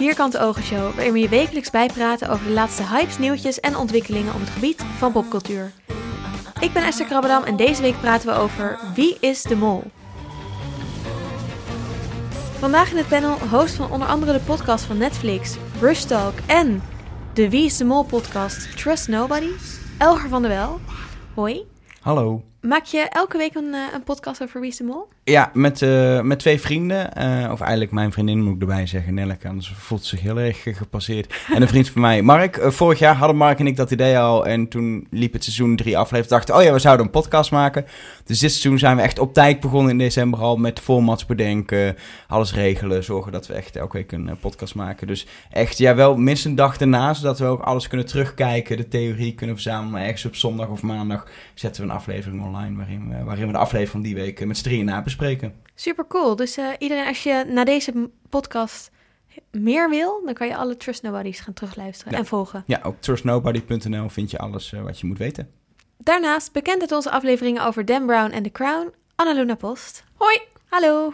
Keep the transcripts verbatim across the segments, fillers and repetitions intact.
Vierkante Ogen Show, waarin we je wekelijks bijpraten over de laatste hypes, nieuwtjes en ontwikkelingen op het gebied van popcultuur. Ik ben Esther Krabbedam en deze week praten we over Wie is de Mol? Vandaag in het panel host van onder andere de podcast van Netflix, Rush Talk en de Wie is de Mol podcast Trust Nobody, Elger van der Wel. Hoi. Hallo. Maak je elke week een, uh, een podcast over Wie is de Mol? Ja, met, uh, met twee vrienden. Uh, of eigenlijk mijn vriendin moet ik erbij zeggen, Nelleke. Anders voelt ze zich heel erg uh, gepasseerd. En een vriend van mij, Mark. Uh, vorig jaar hadden Mark en ik dat idee al. En toen liep het seizoen drie afleveringen. Dachten, oh ja, we zouden een podcast maken. Dus dit seizoen zijn we echt op tijd begonnen in december al. Met formats bedenken, alles regelen. Zorgen dat we echt elke week een uh, podcast maken. Dus echt, ja, wel minstens een dag daarna. Zodat we ook alles kunnen terugkijken. De theorie kunnen verzamelen. Maar ergens op zondag of maandag zetten we een aflevering online. Waarin we, waarin we de aflevering van die week uh, met z'n drieën na bespreken. Super cool. Dus uh, iedereen, als je na deze podcast meer wil, dan kan je alle Trust Nobody's gaan terugluisteren ja. en volgen. Ja, op trust nobody punt n l vind je alles uh, wat je moet weten. Daarnaast bekend uit onze afleveringen over Dan Brown en The Crown, Annaluna Post. Hoi! Hallo!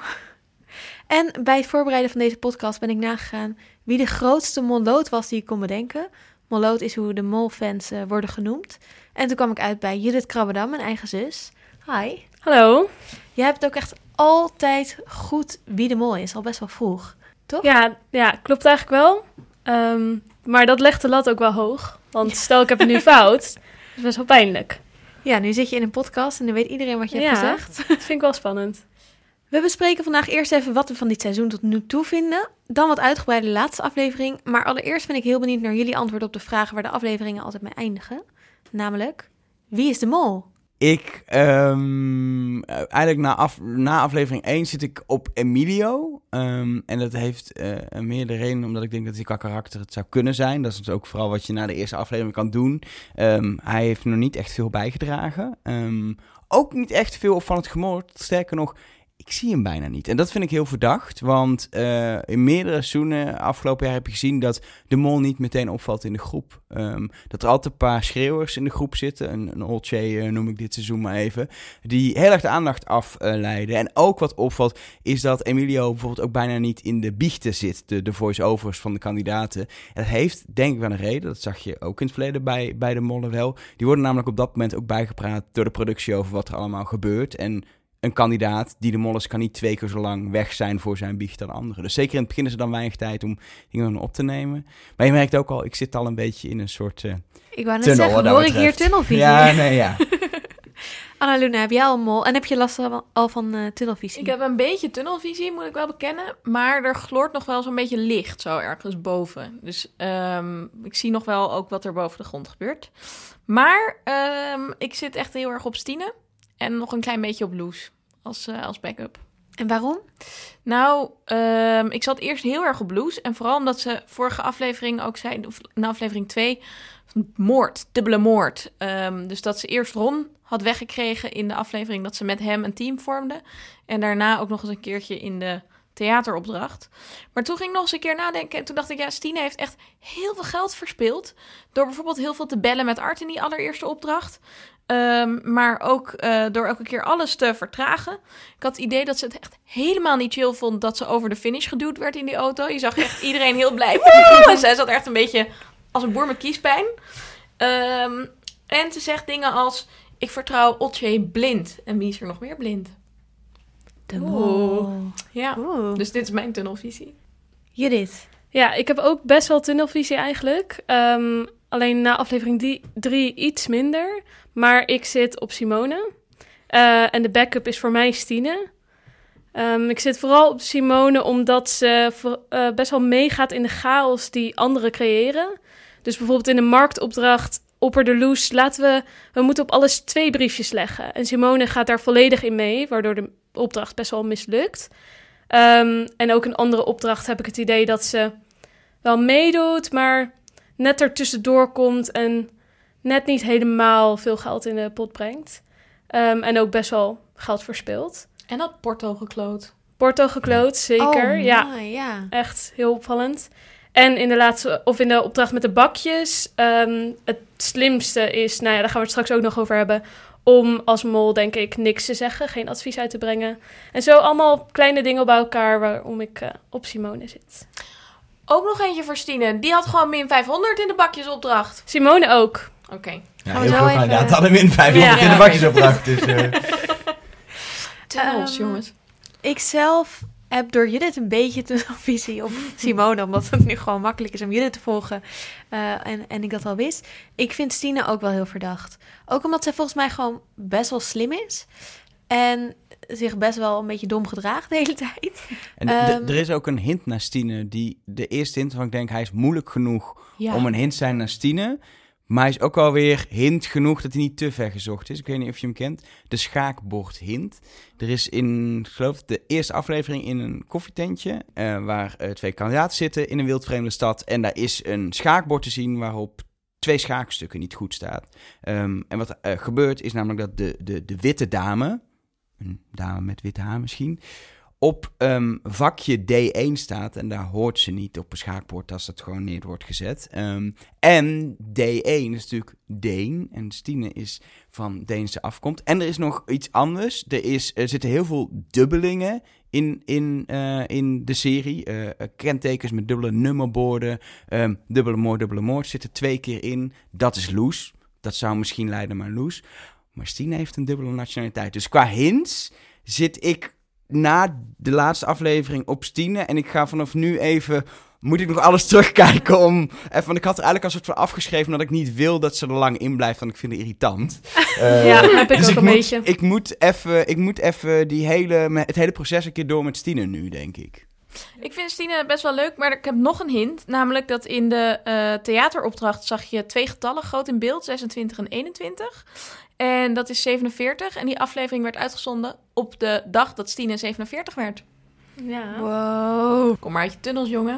En bij het voorbereiden van deze podcast ben ik nagegaan wie de grootste molloot was die ik kon bedenken. Molloot is hoe de molfans uh, worden genoemd. En toen kwam ik uit bij Judith Krabbedam, mijn eigen zus. Hi. Hallo. Je hebt ook echt altijd goed wie de mol is, al best wel vroeg, toch? Ja, ja klopt eigenlijk wel. Um, maar dat legt de lat ook wel hoog. Want stel ik heb het nu fout, dat is best wel pijnlijk. Ja, nu zit je in een podcast en dan weet iedereen wat je ja, hebt gezegd. Dat vind ik wel spannend. We bespreken vandaag eerst even wat we van dit seizoen tot nu toe vinden. Dan wat uitgebreide laatste aflevering. Maar allereerst ben ik heel benieuwd naar jullie antwoord op de vragen waar de afleveringen altijd mee eindigen. Namelijk, wie is de mol? Ik, um, eigenlijk na, af, na aflevering één zit ik op Emilio. Um, en dat heeft uh, meerdere redenen, omdat ik denk dat hij qua karakter het zou kunnen zijn. Dat is ook vooral wat je na de eerste aflevering kan doen. Um, hij heeft nog niet echt veel bijgedragen. Um, ook niet echt veel van het gemoord. Sterker nog, ik zie hem bijna niet. En dat vind ik heel verdacht, want uh, in meerdere seizoenen afgelopen jaar heb je gezien dat de mol niet meteen opvalt in de groep. Um, dat er altijd een paar schreeuwers in de groep zitten, een, een Olcay uh, noem ik dit seizoen maar even, die heel erg de aandacht afleiden. Uh, en ook wat opvalt is dat Emilio bijvoorbeeld ook bijna niet in de biechten zit, de, de voice-overs van de kandidaten. En dat heeft denk ik wel een reden, dat zag je ook in het verleden bij, bij de mollen wel. Die worden namelijk op dat moment ook bijgepraat door de productie over wat er allemaal gebeurt. En een kandidaat die de mol is, kan niet twee keer zo lang weg zijn voor zijn biecht dan anderen. Dus zeker in het begin is er dan weinig tijd om dingen op te nemen. Maar je merkt ook al, ik zit al een beetje in een soort uh, Ik wou net tunnel, zeggen, hoor ik hier tunnelvisie? Ja, nee, ja. Annaluna, heb jij al een mol? En heb je last al van uh, tunnelvisie? Ik heb een beetje tunnelvisie, moet ik wel bekennen. Maar er gloort nog wel zo'n beetje licht zo ergens boven. Dus um, ik zie nog wel ook wat er boven de grond gebeurt. Maar um, ik zit echt heel erg op Stine. En nog een klein beetje op Loes als, uh, als backup. En waarom? Nou, um, ik zat eerst heel erg op Loes. En vooral omdat ze vorige aflevering ook zei, of na aflevering twee, moord, dubbele moord. Um, dus dat ze eerst Ron had weggekregen in de aflevering dat ze met hem een team vormde. En daarna ook nog eens een keertje in de theateropdracht. Maar toen ging ik nog eens een keer nadenken. En toen dacht ik, ja, Stine heeft echt heel veel geld verspild. Door bijvoorbeeld heel veel te bellen met Art in die allereerste opdracht. Um, maar ook uh, door elke keer alles te vertragen. Ik had het idee dat ze het echt helemaal niet chill vond dat ze over de finish geduwd werd in die auto. Je zag echt iedereen heel blij. En zij zat echt een beetje als een boer met kiespijn. Um, en ze zegt dingen als, ik vertrouw Olcay blind. En wie is er nog meer blind? De mol. Ja, Oeh. Dus dit is mijn tunnelvisie. Judith. Ja, ik heb ook best wel tunnelvisie eigenlijk. Um, alleen na aflevering die, drie iets minder. Maar ik zit op Simone. Uh, en de backup is voor mij Stine. Um, ik zit vooral op Simone omdat ze uh, best wel meegaat in de chaos die anderen creëren. Dus bijvoorbeeld in de marktopdracht opperde Loes, laten we, we moeten op alles twee briefjes leggen. En Simone gaat daar volledig in mee, waardoor de opdracht best wel mislukt. Um, en ook een andere opdracht heb ik het idee dat ze wel meedoet, maar net er tussendoor komt en net niet helemaal veel geld in de pot brengt. Um, en ook best wel geld verspeelt. En dat Porto gekloot. Porto gekloot, zeker. Oh, ja, my, ja, echt heel opvallend. En in de laatste, of in de opdracht met de bakjes, um, het slimste is, nou ja, daar gaan we het straks ook nog over hebben, om als mol, denk ik, niks te zeggen, geen advies uit te brengen. En zo allemaal kleine dingen bij elkaar waarom ik uh, op Simone zit. Ook nog eentje voor Stine. Die had gewoon min vijfhonderd in de bakjesopdracht. Simone ook. Oké. Okay. Ja, Gaan we heel zo veel even- kandidaten hadden min vijfhonderd Ja. in de bakjesopdracht. Dus, uh... Tunnels, Ehm, jongens. Ik zelf heb door Judith een beetje tunnelvisie op Simone, omdat het nu gewoon makkelijk is om Judith te volgen. Uh, en, en ik dat al wist. Ik vind Stine ook wel heel verdacht. Ook omdat zij volgens mij gewoon best wel slim is. En zich best wel een beetje dom gedraagt de hele tijd. En d- d- Ehm. er is ook een hint naar Stine. Die, de eerste hint waarvan ik denk, hij is moeilijk genoeg Ja. om een hint te zijn naar Stine. Maar hij is ook wel weer hint genoeg dat hij niet te ver gezocht is. Ik weet niet of je hem kent. De schaakbord hint. Er is in, ik geloof de eerste aflevering in een koffietentje... Uh, waar uh, twee kandidaten zitten in een wildvreemde stad. En daar is een schaakbord te zien waarop twee schaakstukken niet goed staat. Um, en wat uh, gebeurt is namelijk dat de, de, de witte dame... een dame met witte haar misschien... op um, vakje D één staat en daar hoort ze niet op een schaakbord als dat gewoon neer wordt gezet. Um, en D één is natuurlijk Deen en Stine is van Deense afkomst. En er is nog iets anders. Er, is, er zitten heel veel dubbelingen in, in, uh, in de serie. Uh, kentekens met dubbele nummerborden. Um, dubbele moord, dubbele moord zitten twee keer in. Dat is Loes. Dat zou misschien leiden naar Loes. Maar Stine heeft een dubbele nationaliteit. Dus qua hints zit ik na de laatste aflevering op Stine. En ik ga vanaf nu even... Moet ik nog alles terugkijken om... Even, want ik had er eigenlijk al soort van afgeschreven... dat ik niet wil dat ze er lang in blijft. Want ik vind het irritant. Uh, Ja, heb ik dus ook ik een moet, beetje. Ik moet even, ik moet even die hele, me- het hele proces een keer door met Stine nu, denk ik. Ik vind Stine best wel leuk, maar ik heb nog een hint. Namelijk dat in de uh, theateropdracht zag je twee getallen groot in beeld. zesentwintig en eenentwintig. En dat is zevenenveertig. En die aflevering werd uitgezonden op de dag dat Stine zevenenveertig werd. Ja. Wow. Kom maar uit je tunnels, jongen.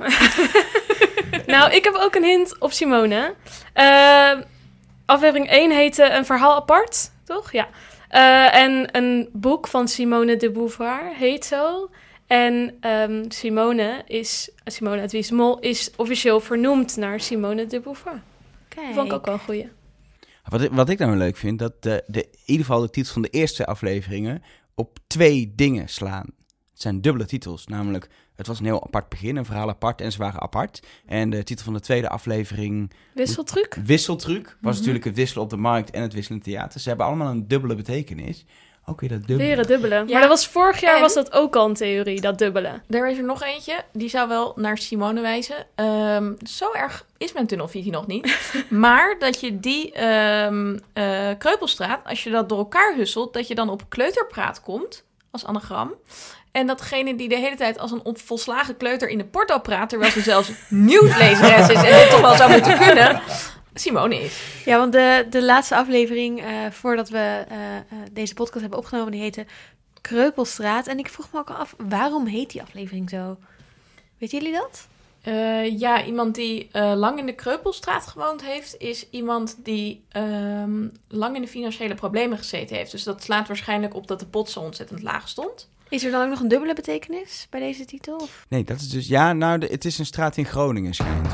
Nou, ik heb ook een hint op Simone. Uh, aflevering één heette Een verhaal apart, toch? Ja. Uh, en een boek van Simone de Beauvoir heet zo. En um, Simone is, Simone uit Wie is de Mol is officieel vernoemd naar Simone de Beauvoir. Kijk. Dat vond ik ook wel een goeie. Wat ik, wat ik nou leuk vind, dat de, de, in ieder geval de titels van de eerste afleveringen op twee dingen slaan. Het zijn dubbele titels, namelijk het was een heel apart begin, een verhaal apart en ze waren apart. En de titel van de tweede aflevering... Wisseltruc? Wisseltruc was Mm-hmm. natuurlijk het wisselen op de markt en het wisselen in theater. Ze hebben allemaal een dubbele betekenis. Ook weer dat dubbele. Weer het dubbele. Ja. Maar dat was vorig jaar En- was dat ook al een theorie, dat dubbele. Er is er nog eentje, die zou wel naar Simone wijzen. Um, zo erg is mijn tunnelvisie nog niet. Maar dat je die um, uh, Kreupelstraat, als je dat door elkaar husselt... dat je dan op kleuterpraat komt, als anagram. En datgene die de hele tijd als een volslagen kleuter in de porto praat... terwijl ze zelfs nieuwslezeres is en dit toch wel zou moeten kunnen... Simone is. Ja, want de, de laatste aflevering, uh, voordat we uh, uh, deze podcast hebben opgenomen, die heette Kreupelstraat. En ik vroeg me ook af, waarom heet die aflevering zo? Weten jullie dat? Uh, ja, iemand die uh, lang in de Kreupelstraat gewoond heeft... is iemand die um, lang in de financiële problemen gezeten heeft. Dus dat slaat waarschijnlijk op dat de pot zo ontzettend laag stond. Is er dan ook nog een dubbele betekenis bij deze titel? Of? Nee, dat is dus... Ja, nou, de, het is een straat in Groningen, schijnt.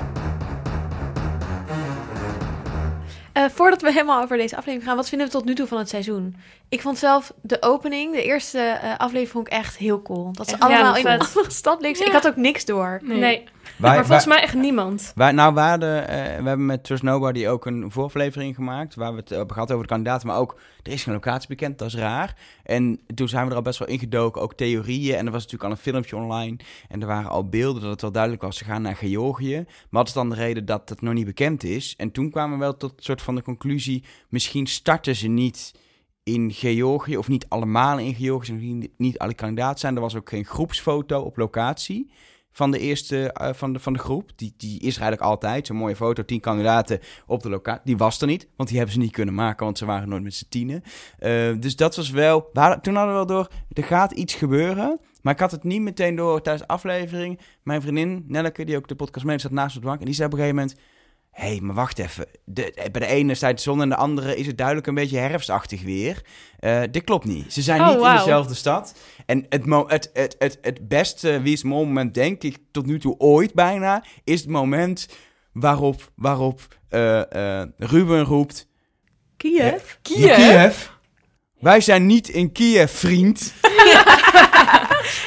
Uh, voordat we helemaal over deze aflevering gaan, wat vinden we tot nu toe van het seizoen? Ik vond zelf de opening, de eerste uh, aflevering, vond ik echt heel cool. Dat ze Echt? allemaal Ja, in een vet. andere stad bleek. Ja. Ik had ook niks door. Nee. Nee, Wij, maar volgens mij echt niemand. Wij, nou, we, hadden, uh, we hebben met Trust Nobody ook een vooraflevering gemaakt... waar we het hebben gehad over de kandidaten, maar ook... er is geen locatie bekend, dat is raar. En toen zijn we er al best wel ingedoken, ook theorieën... en er was natuurlijk al een filmpje online... en er waren al beelden dat het wel duidelijk was... ze gaan naar Georgië. Maar wat is dan de reden dat het nog niet bekend is? En toen kwamen we wel tot een soort van de conclusie... misschien starten ze niet in Georgië... of niet allemaal in Georgië, niet, niet alle kandidaten zijn. Er was ook geen groepsfoto op locatie... van de eerste uh, van, de, van de groep. Die, die is er eigenlijk altijd. Zo'n mooie foto, tien kandidaten op de locatie. Die was er niet, want die hebben ze niet kunnen maken... want ze waren nooit met z'n tienen. Uh, dus dat was wel... We hadden, toen hadden we wel door, er gaat iets gebeuren... Maar ik had het niet meteen door tijdens de aflevering. Mijn vriendin, Nelleke, die ook de podcast mee zat naast op de bank... en die zei op een gegeven moment... hé, hey, maar wacht even. De, bij de ene staat de zon en de andere is het duidelijk een beetje herfstachtig weer. Uh, dit klopt niet. Ze zijn Oh, niet wow. in dezelfde stad. En het, mo- het, het, het, het beste Wie is de Mol moment, denk ik, tot nu toe ooit bijna... is het moment waarop, waarop uh, uh, Ruben roept... Kiev? Kiev? Kiev? Wij zijn niet in Kiev, vriend.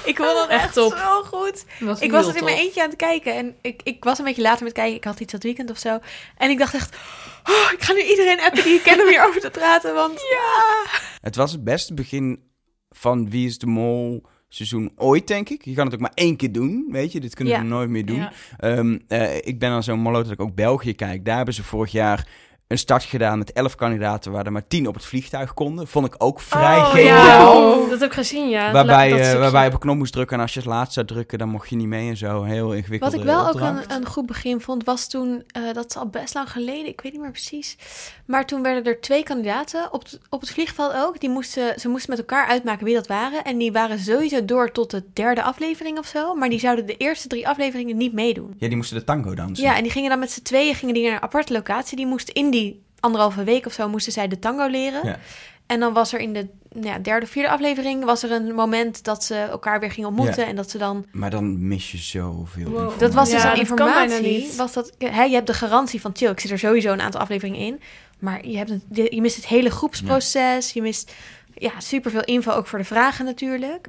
Ik vond het Echt echt top. zo goed. Was Ik was heel er in mijn tof. eentje aan het kijken. En ik, ik was een beetje later met kijken. Ik had iets dat weekend of zo. En ik dacht echt... Oh, ik ga nu iedereen appen die ik ken om hierover te praten. Want ja... Het was het beste begin van Wie is de Mol seizoen ooit, denk ik. Je kan het ook maar één keer doen, weet je. Dit kunnen Ja. we nooit meer doen. Ja. Ehm, eh, ik ben dan zo'n maloot dat ik ook België kijk. Daar hebben ze vorig jaar een start gedaan met elf kandidaten... waar er maar tien op het vliegtuig konden. Vond ik ook vrij Oh, geniaal. ja. Dat heb ik gezien, ja. Waarbij, Dat eh, stukje. waarbij je op een knop moest drukken... en als je het laatst zou drukken, dan mocht je niet mee en zo. Heel ingewikkeld. Wat ik wel ook een, een goed begin vond, was toen, uh, dat is al best lang geleden, ik weet niet meer precies. Maar toen werden er twee kandidaten, op, t, op het vliegveld ook. Die moesten, ze moesten met elkaar uitmaken wie dat waren. En die waren sowieso door tot de derde aflevering of zo. Maar die zouden de eerste drie afleveringen niet meedoen. Ja, die moesten de tango dansen. Ja, en die gingen dan met z'n tweeën gingen die naar een aparte locatie. Die moesten in die anderhalve week of zo, moesten zij de tango leren. Ja. En dan was er in de nou ja, derde of vierde aflevering... was er een moment dat ze elkaar weer gingen ontmoeten. Ja. En dat ze dan... Maar dan mis je zoveel Wow. informatie. Dat was dus Ja, aan dat kan bijna informatie. niet. Was dat, hè, je hebt de garantie van, chill, ik zit er sowieso een aantal afleveringen in. Maar je, hebt het, je mist het hele groepsproces. Je mist ja, superveel info, ook voor de vragen natuurlijk.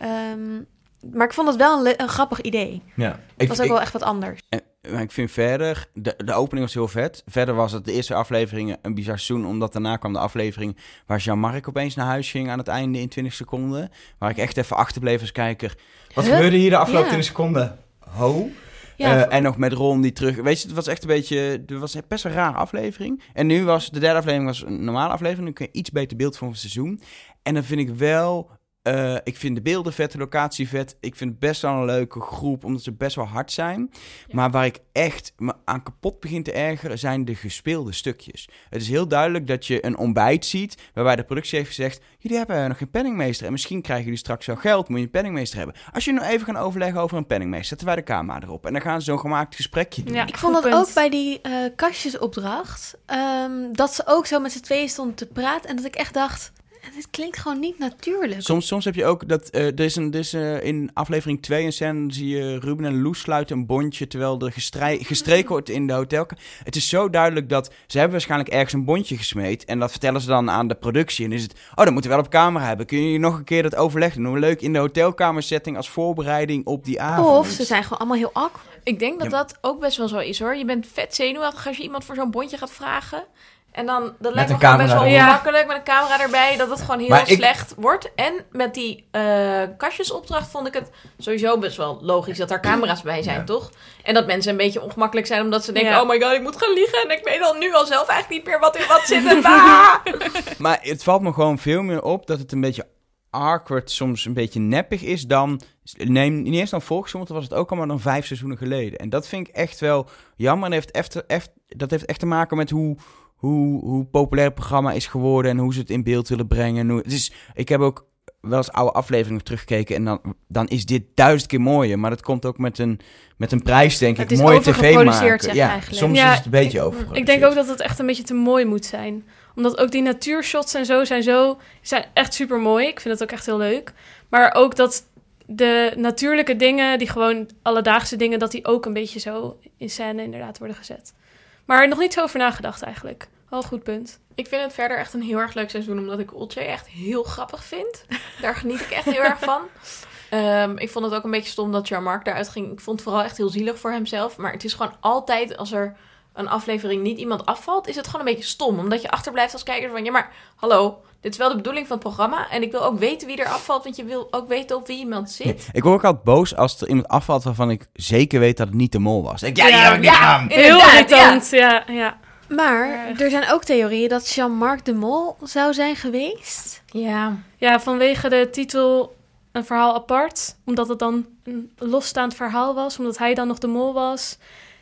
Um, maar ik vond het wel een, le- een grappig idee. Ja. Het was ook wel echt wat anders. Maar ik vind verder, de, de opening was heel vet. Verder was het de eerste afleveringen een bizar seizoen, omdat daarna kwam de aflevering waar Jean-Marc opeens naar huis ging aan het einde in twintig seconden. Waar ik echt even achterbleef als kijker. Wat Huh? gebeurde hier de afgelopen Ja. twintig seconden? Ho? Ja, Uh, en nog met Ron die terug... Weet je, het was echt een beetje... Het was best een rare aflevering. En nu was de derde aflevering was een normale aflevering. Nu kun je iets beter beeld van het seizoen. En dan vind ik wel... Uh, ik vind de beelden vet, de locatie vet. Ik vind het best wel een leuke groep, omdat ze best wel hard zijn. Ja. Maar waar ik echt me aan kapot begin te ergeren, zijn de gespeelde stukjes. Het is heel duidelijk dat je een ontbijt ziet, waarbij de productie heeft gezegd... Jullie hebben nog geen penningmeester en misschien krijgen jullie straks wel geld, moet je een penningmeester hebben. Als je nou even gaan overleggen over een penningmeester, zetten wij de camera erop. En dan gaan ze zo'n gemaakt gesprekje doen. Ja, ik vond dat punt. ook bij die uh, kastjesopdracht. Um, dat ze ook zo met z'n tweeën stonden te praten. En dat ik echt dacht... Dit klinkt gewoon niet natuurlijk. Soms, soms heb je ook dat... Uh, er is, een, er is uh, in aflevering twee een scène... zie je Ruben en Loes sluiten een bondje... terwijl er gestrij, gestreken wordt in de hotel. Het is zo duidelijk dat... Ze hebben waarschijnlijk ergens een bondje gesmeed... en dat vertellen ze dan aan de productie. En is het... Oh, dat moeten we wel op camera hebben. Kun je nog een keer dat overleggen? Doen we leuk in de hotelkamersetting... als voorbereiding op die avond. Of ze zijn gewoon allemaal heel awkward. Ik denk dat Ja. dat ook best wel zo is, hoor. Je bent vet zenuwachtig als je iemand voor zo'n bondje gaat vragen... En dan, dat lijkt me een gewoon best camera wel erbij. ongemakkelijk met een camera erbij, dat het gewoon heel Maar ik- slecht wordt. En met die eh, kastjesopdracht vond ik het sowieso best wel logisch dat er camera's bij zijn, Ja. toch? En dat mensen een beetje ongemakkelijk zijn omdat ze denken, Ja. oh my god, ik moet gaan liegen. En ik weet al nu al zelf eigenlijk niet meer wat in wat zit. En ah! Maar het valt me gewoon veel meer op... dat het een beetje awkward, soms een beetje neppig is... dan... Neem niet eens dan vorig seizoen, want dat was het ook al maar dan vijf seizoenen geleden. En dat vind ik echt wel jammer. En heeft echt, echt, dat heeft echt te maken met hoe... Hoe, hoe populair het programma is geworden en hoe ze het in beeld willen brengen. Hoe, dus ik heb ook wel eens oude afleveringen teruggekeken en dan, dan is dit duizend keer mooier. Maar dat komt ook met een, met een prijs, denk Het ik. is Mooie tv overgeproduceerd, maken. zeg je Ja, eigenlijk. soms Ja, is het een beetje ik- overgeproduceerd. Ik denk ook dat het echt een beetje te mooi moet zijn. Omdat ook die natuurshots en zo zijn zo... zijn echt super mooi. Ik vind het ook echt heel leuk. Maar ook dat de natuurlijke dingen... die gewoon alledaagse dingen... dat die ook een beetje zo in scène inderdaad worden gezet. Maar nog niet zo over nagedacht eigenlijk. Wel een goed punt. Ik vind het verder echt een heel erg leuk seizoen, omdat ik Olcay echt heel grappig vind. Daar geniet ik echt heel erg van. Um, ik vond het ook een beetje stom dat Jean-Marc daaruit ging. Ik vond het vooral echt heel zielig voor hemzelf. Maar het is gewoon altijd, als er een aflevering niet iemand afvalt, is het gewoon een beetje stom. Omdat je achterblijft als kijker van, ja maar hallo, dit is wel de bedoeling van het programma. En ik wil ook weten wie er afvalt, want je wil ook weten op wie iemand zit. Nee, ik word ook altijd boos als er iemand afvalt waarvan ik zeker weet dat het niet de mol was. Ik, ja, die Ja, heb ik niet ja. gedaan. Heel Inderdaad, irritant, ja. ja. Maar Ja. er zijn ook theorieën dat Jean-Marc de Mol zou zijn geweest. Ja. Ja, vanwege de titel een verhaal apart. Omdat het dan een losstaand verhaal was. Omdat hij dan nog de mol was.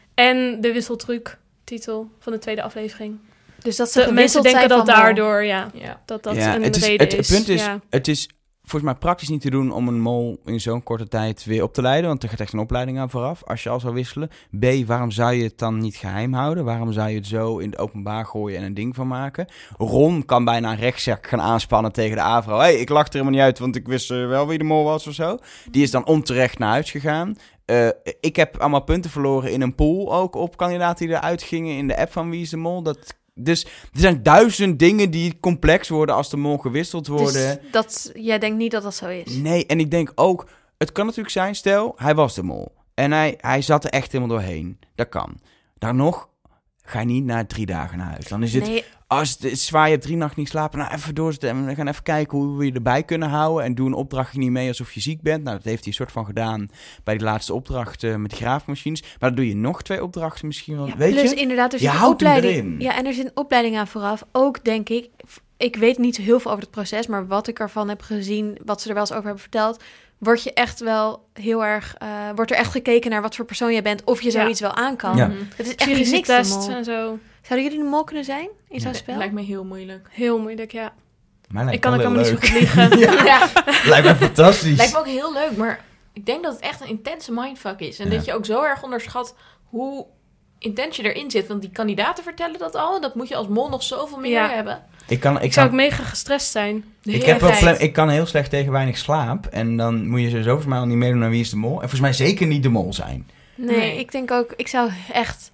En de wisseltruc titel van de tweede aflevering. Dus dat ze De, mensen gewisseld denken zijn dat van Mol. daardoor, ja, Ja. dat dat Ja, een het is, reden het, is. het punt is, ja. het is volgens mij praktisch niet te doen om een mol in zo'n korte tijd weer op te leiden. Want er gaat echt een opleiding aan vooraf, als je al zou wisselen. B, waarom zou je het dan niet geheim houden? Waarom zou je het zo in het openbaar gooien en een ding van maken? Ron kan bijna een rechtszaak gaan aanspannen tegen de A V R O. Hé, hey, ik lag er helemaal niet uit, want ik wist uh, wel wie de mol was of zo. Die is dan onterecht naar huis gegaan. Uh, ik heb allemaal punten verloren in een pool ook op kandidaten die eruit gingen in de app van Wie is de Mol. Dat... Dus er zijn duizend dingen die complex worden als de mol gewisseld worden. Dus dat, jij denkt niet dat dat zo is? Nee, en ik denk ook, het kan natuurlijk zijn, stel, hij was de mol. En hij, hij zat er echt helemaal doorheen. Dat kan. Dan nog, ga je niet na drie dagen naar huis. Dan is het, Nee, als het is zwaar, je hebt drie nachten niet slapen, nou even doorzitten. We gaan even kijken hoe we je erbij kunnen houden. En doe een opdrachtje niet mee alsof je ziek bent. Nou, dat heeft hij soort van gedaan bij die laatste opdracht uh, met die graafmachines. Maar dan doe je nog twee opdrachten misschien wel. ja, weet plus je? inderdaad, er Je zit een houdt hem opleiding. erin. Ja, en er zit een opleiding aan vooraf. Ook denk ik, ik weet niet zo heel veel over het proces, maar wat ik ervan heb gezien, wat ze er wel eens over hebben verteld, word je echt wel heel erg, uh, wordt er echt gekeken naar wat voor persoon jij bent, of je Ja. zoiets wel aan kan. Ja. Mhm. Het is echt niet Psychische niks de tests mol. en zo. Zouden jullie de mol kunnen zijn in zo'n Nee. spel? Lijkt me heel moeilijk. Heel moeilijk, ja. Maar lijkt Ik kan wel ook heel helemaal niet zo leuk. goed liegen. Ja, Ja, lijkt me fantastisch. lijkt me ook heel leuk, maar ik denk dat het echt een intense mindfuck is. En Ja. dat je ook zo erg onderschat hoe intens je erin zit. Want die kandidaten vertellen dat al. En dat moet je als mol nog zoveel meer Ja. hebben. Ik, kan, ik, Ik zou kan, ook mega gestrest zijn. De ik, heb wel heerlijkheid. ple- ik kan heel slecht tegen weinig slaap. En dan moet je sowieso volgens mij al niet meedoen naar Wie is de Mol. En volgens mij zeker niet de mol zijn. Nee, Nee. ik denk ook, ik zou echt